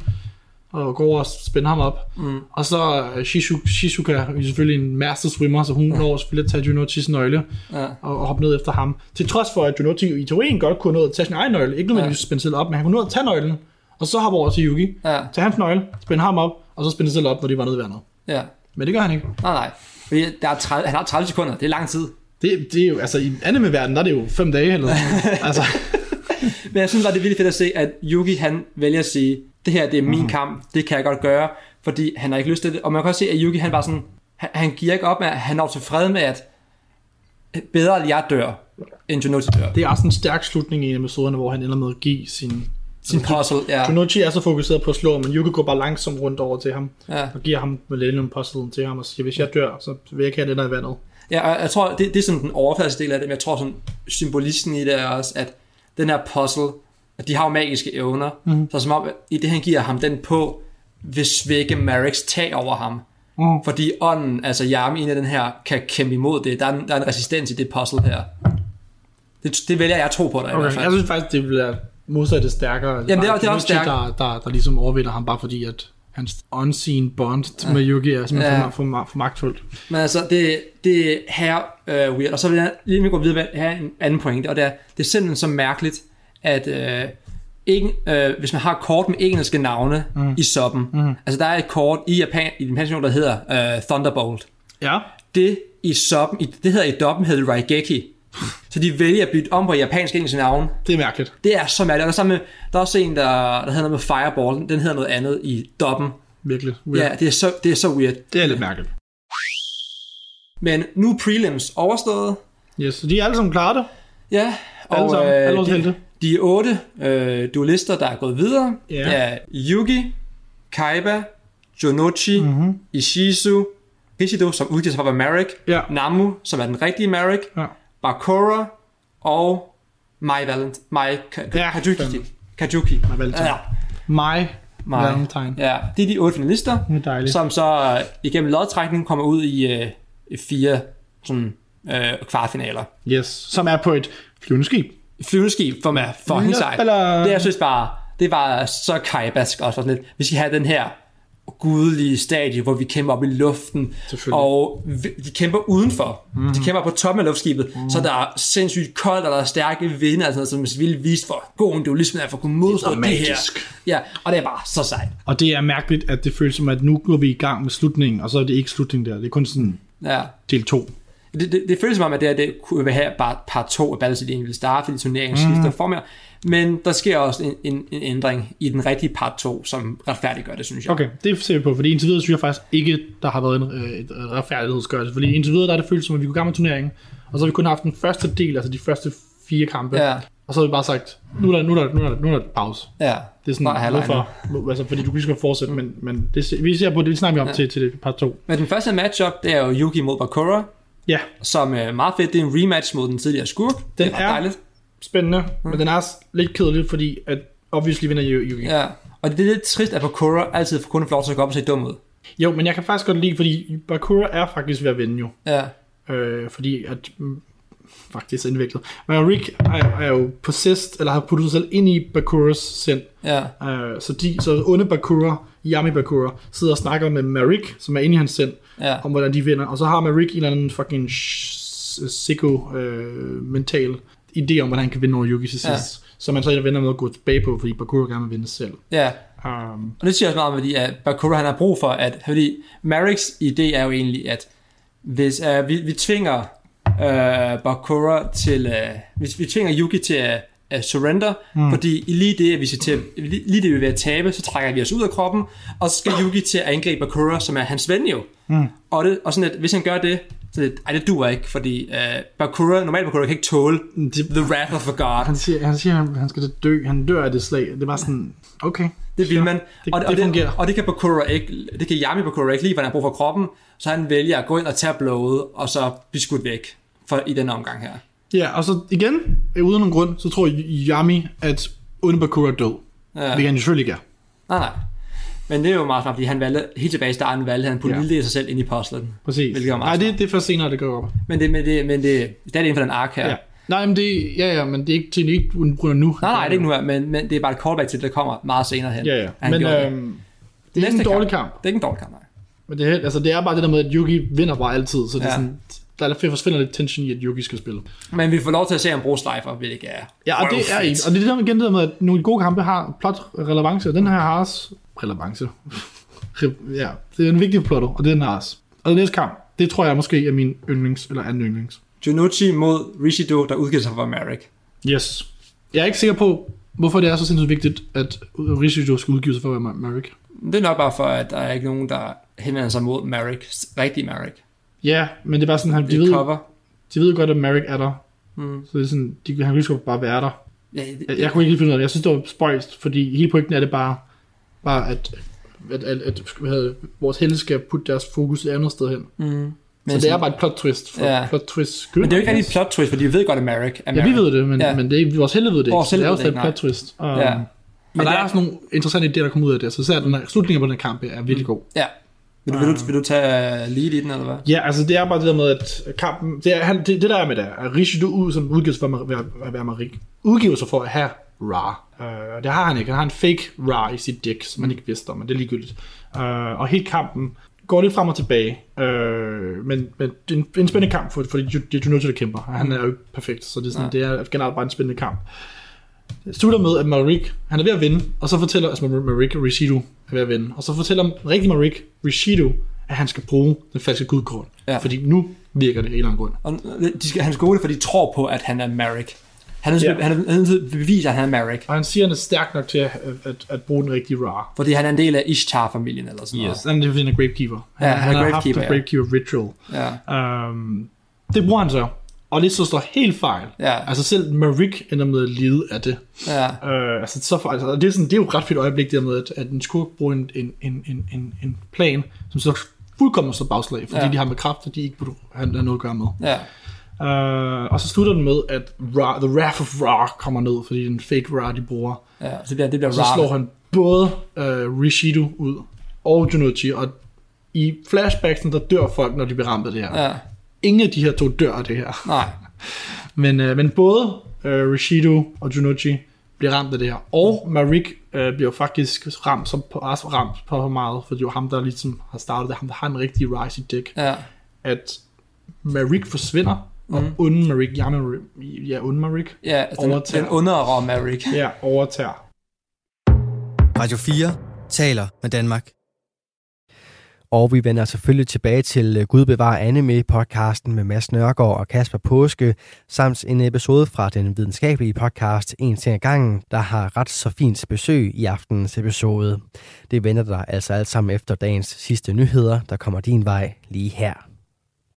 og går og spænder ham op. Mm. Og så Shizuka, Shizuka er selvfølgelig en master swimmer, så hun når ja. selvfølgelig at tage Junouchis nøgle ja. og, og hoppe ned efter ham. Til trods for, at Junouchi i teorien godt kunne nå at tage sin egen nøgle. Ikke nødvendigvis ja. spænde selv op, men han kunne nå at tage nøglen, og så hoppe over til Yugi, ja. tage hans nøgle, spænde ham op, og så spænde selv op, når de var nede i vandet. Ja. Men det gør han ikke. Nej, nej. Fordi der er tredive, han har tredive sekunder. Det er lang tid. Det, det er jo, altså i anime-verden, der er det jo fem dage eller sådan. altså. Men jeg synes bare, det er vildt fedt at se, at Yugi han vælger at sige, det her det er min mm-hmm. kamp, det kan jeg godt gøre, fordi han har ikke lyst til det. Og man kan også se, at Yugi han bare sådan, han, han giver ikke op med, at han er tilfreds med, at bedre at jeg dør, end Junouchi dør. Det er også en stærk slutning i en episoderne, hvor han ender med at give sin... Sin puzzle, ja. Junouchi er så fokuseret på at slå, men Yugi går bare langsomt rundt over til ham, ja. og giver ham Millennium Puzzlen til ham, og siger, hvis jeg dør, så vil jeg ikke have det der i vandet. Ja, og jeg tror, det, det er sådan den overfladiske del af det, men jeg tror sådan, symbolisten i det er også, at den her puzzle, at de har jo magiske evner, mm. så som om, i det han giver ham den på, vil svække Mareks tag over ham. Mm. Fordi ånden, altså Yami inde i den her, kan kæmpe imod det. Der er en, der er en resistens i det puzzle her. Det, det vælger jeg at tro på dig okay. i hvert fald. Jeg synes faktisk, det bliver modsat det stærkere. Jamen det er, det er også stærkt. Der, der, der ligesom overvinder ham, bare fordi at hans unseen bond ja. med Yugi er simpelthen ja. for, for, for magtfuldt. Men altså, det, det er her uh, weird. Og så vil jeg lige gå videre have en anden pointe, og det er, det er simpelthen så mærkeligt, at øh, ikke, øh, hvis man har kort med engelske navne mm. i subben, mm. altså der er et kort i Japan, i den japanske der hedder øh, Thunderbolt. Ja. Det i subben, i, det hedder i dubben hedder Raigeki. Så de vælger at bytte om på japanske engelske navne. Det er mærkeligt. Det er så mærkeligt. Og der er, med, der er også en, der, der hedder noget med Fireball, den hedder noget andet i dubben. Virkelig. Weird. Ja, det er, så, det er så weird. Det er lidt mærkeligt. Men nu er prelims overstået. Yes, så de er alle sammen klare det. Ja, og alle alle øh, de, de otte øh, duelister, der er gået videre, yeah. det er Yugi, Kaiba, Junouchi, mm-hmm. Ishizu, Kishido, som udgiver sig for at være Marek, yeah. Namu, som er den rigtige Marek, yeah. Bakura og Mai Valent, Mai Ka- ja, Kajuki. Kajuki. Mai Valentine. Ja. Mai Valentine. Ja, det er de otte finalister, som så uh, igennem lodtrækningen kommer ud i uh, fire sådan, uh, kvartfinaler. Yes, som er på et flyvende skib. Flyvende skib, for mig fucking sejt. Det jeg synes bare, det var så kaibask også. Sådan lidt. Vi skal have den her gudelige stadie, hvor vi kæmper op i luften, og de kæmper udenfor. Mm. De kæmper på toppen af luftskibet, mm. så der er sindssygt koldt, og der er stærke vinde, altså som ville vise, hvor god en dualismen er for at kunne modstå det, det her. Ja, og det er bare så sejt. Og det er mærkeligt, at det føles som, at nu går vi i gang med slutningen, og så er det ikke slutningen der. Det er kun sådan ja. del to. Det, det, det føles som om, at det, her, det kunne have bare part to af Battlefield vil starte, fordi turneringen mm. skifter form mere. Men der sker også en, en, en ændring i den rigtige part to, som retfærdiggør det, synes jeg. Okay, det ser vi på, fordi indtil videre synes jeg faktisk ikke, der har været en øh, retfærdighedsgørelse. Fordi indtil videre der er det føles som, at vi kunne gang med turneringen, og så har vi kun haft den første del, altså de første fire kampe. Ja. Og så har vi bare sagt, nu er der, nu er der, nu er der, nu er der pause. Ja, det er sådan, hvorfor? Altså, fordi du kan lige fortsætte, men, men det, vi ser på det, vi snakker vi om ja. til, til part to. Men den første matchup, det er jo Yugi mod Bakura. Ja. Som er meget fedt. Det er en rematch mod den tidligere skurk. Den det er, er dejligt. Spændende, mm. men den er lidt kedelig, fordi at obviously vinder Yugi. Ja, og det er lidt trist, at Bakura altid får kun få lov til at gå op og se dum ud. Jo, men jeg kan faktisk godt lide, fordi Bakura er faktisk ved at vinde jo. Ja. Øh, fordi at mm, faktisk indviklet. Men Rick er, er jo possessed, eller har puttet sig selv ind i Bakuras sind. Ja. Øh, så, de, så onde Bakura, Yami Bakura, sidder og snakker med Marik, som er inde i hans sind, ja. om hvordan de vinder. Og så har Marik en eller anden fucking sicko øh, mental idé om, hvordan han kan vinde over Yugi til sidst. Ja. Så man så ikke vender med at gå tilbage på, fordi Bakura gerne vil vinde selv. Ja. Um, og det siger også meget om, fordi at Bakura han har brug for, at fordi Mariks idé er jo egentlig, at hvis uh, vi, vi tvinger uh, Bakura til, uh, hvis vi tvinger Yugi til at uh, surrender, mm. fordi lige det, vi skal til, lige, lige det vi er ved at tabe, så trækker vi os ud af kroppen, og så skal Yugi til at angribe Bakura, som er hans ven jo. Mm. Og, det, og sådan at, hvis han gør det, så det, ej, det duer ikke, fordi uh, Bakura, normalt Bakura kan ikke tåle the wrath of a god. Han siger, han siger, han, han skal dø, han dør af det slag. Det er bare sådan, okay. Det vil man. Det, og, det, og, det det, og det kan Bakura ikke, det kan Yami Bakura ikke lige, for han har brug for kroppen, så han vælger at gå ind og tage blået, og så blive skudt væk for, i den omgang her. Ja, og så igen, uden nogen grund, så tror Yami, at uden Bakura er død. Ja. Det kan han jo selvfølgelig ikke. Nej, nej. Men det er jo meget smart, fordi han valgte, helt tilbage i starten valgte han på ja. lille sig selv ind i postlen. Præcis. Nej, det, det er først senere, det går op. Men det, men det, men det, det er inden for den ark her. Ja. Nej, men det, ja, ja, men det er ikke til ikke grund nu. Nej, nej, det er ikke nu her, men, men det er bare et callback til, det kommer meget senere hen. Ja, ja. Men øhm, det er ikke en dårlig kamp. kamp. Det er ikke en dårlig kamp, nej. Men det er, altså, det er bare det der med, at Yugi vinder bare altid, så det ja. er sådan, der er forsvinder lidt tension i, at Yugi skal spille. Men vi får lov til at se ham bruge Slifer, hvilket er ja, og det er en. Og det er det igen det der med, at nogle gode kampe har plot-relevance, og den her har også relevance. Ja, det er en vigtig plot, og det er den har også. Og den næste kamp, det tror jeg måske er min yndlings, eller anden yndlings. Junichi mod Rishido, der udgiver sig for Marik. Yes. Jeg er ikke sikker på, hvorfor det er så sindssygt vigtigt, at Rishido skal udgive sig for Marik. Det er nok bare for, at der er ikke nogen, der henvender sig mod Marik, rigtig Marik. Ja, men det er bare sådan, at de, ved, de ved godt, at Marik er der. Mm. Så det er sådan, de, han vil bare være der. Ja, det, jeg, jeg kunne ikke lige finde ud af det. Jeg synes, det var spøjst, fordi hele pointen er det bare, bare at, at, at, at, at vores helte skal putte deres fokus et andet sted hen. Mm. Så det er bare et plot twist for ja. plot twist skyld. Men det er jo ikke rigtig et plot twist, fordi vi ved godt, at Marik er Marik. Ja, vi ved det, men, ja. men det er, vores helte ved det ikke. Så det er også et plot twist. Um, ja. Men der er også nogle interessante idéer, der kommer ud af det. Så især den her slutningen på den her kamp er virkelig god. Ja. Vil du, vil, du, vil du tage lead i den, eller hvad? Ja, altså det er bare det der med, at kampen... Det, er, han, det, det der er med det, at Rishido ud, som udgiver sig for at, at være Marik, udgiver sig for at have Ra. Uh, det har han ikke. Han har en fake Ra i sit dæk, som man ikke vidste om, men det er ligegyldigt. Uh, og hele kampen går lidt frem og tilbage. Uh, men, men det er en, en spændende kamp, for, for det er Junichi, der kæmper. Han er jo ikke perfekt, så det er, sådan, ja. det er generelt bare en spændende kamp. Det slutter med, at Marik, han er ved at vinde, og så fortæller, altså Marik og Rishido er ved at vinde, og så fortæller rigtig Marik, Rishido, at han skal bruge den falske gudkort. Ja. Fordi nu virker det af en eller anden grund. Og de skal, han skal bruge det, fordi de tror på, at han er Marik. Han er ja. han, han beviser, at han er Marik. Og han siger, at han er stærk nok til at, at, at bruge den rigtige Ra. Fordi han er en del af Ishtar-familien eller sådan noget. Yes, han er en del af Gravekeeper. Han, ja, han, han er har haft en ja. Gravekeeper ritual. Ja. Um, det bruger han så. Og det så står helt fejl. Ja. Altså selv Marik ender med at lide af det. Ja. Uh, altså, så for, altså, det, er sådan, det er jo et ret fedt øjeblik der med, at, at den skulle bruge en, en, en, en, en plan, som så fuldkommen står bagslag, fordi ja. de har med kraft, og de ikke burde have noget at gøre med. Ja. Uh, og så slutter den med, at Ra, The Wrath of Ra kommer ned, fordi det er en fake Ra, de bruger. Ja, så bliver, det bliver så slår han både uh, Rishido ud og Junichi, og i flashbacksen, der dør folk, når de bliver ramt af det her. Ja. Ingen af de her to dør af det her. Nej. men, uh, men både uh, Rishido og Junichi bliver ramt af det her. Og Marik øh, bliver faktisk ramt, som på, også ramt på for meget, for det er jo ham, der ligesom har startet det, ham der har en rigtig rise i dæk. Ja. At Marik forsvinder, Mm. og onde Marik, ja, Marik, ja, onde Marik, Ja, altså den, den underrår Marik. Ja, overtager. Radio fire taler med Danmark. Og vi vender selvfølgelig tilbage til Gud bevar anime-podcasten med Mads Nørgaard og Kasper Påske, samt en episode fra den videnskabelige podcast En ting ad gangen, der har ret så fint besøg i aftenens episode. Det vender dig altså alt sammen efter dagens sidste nyheder, der kommer din vej lige her.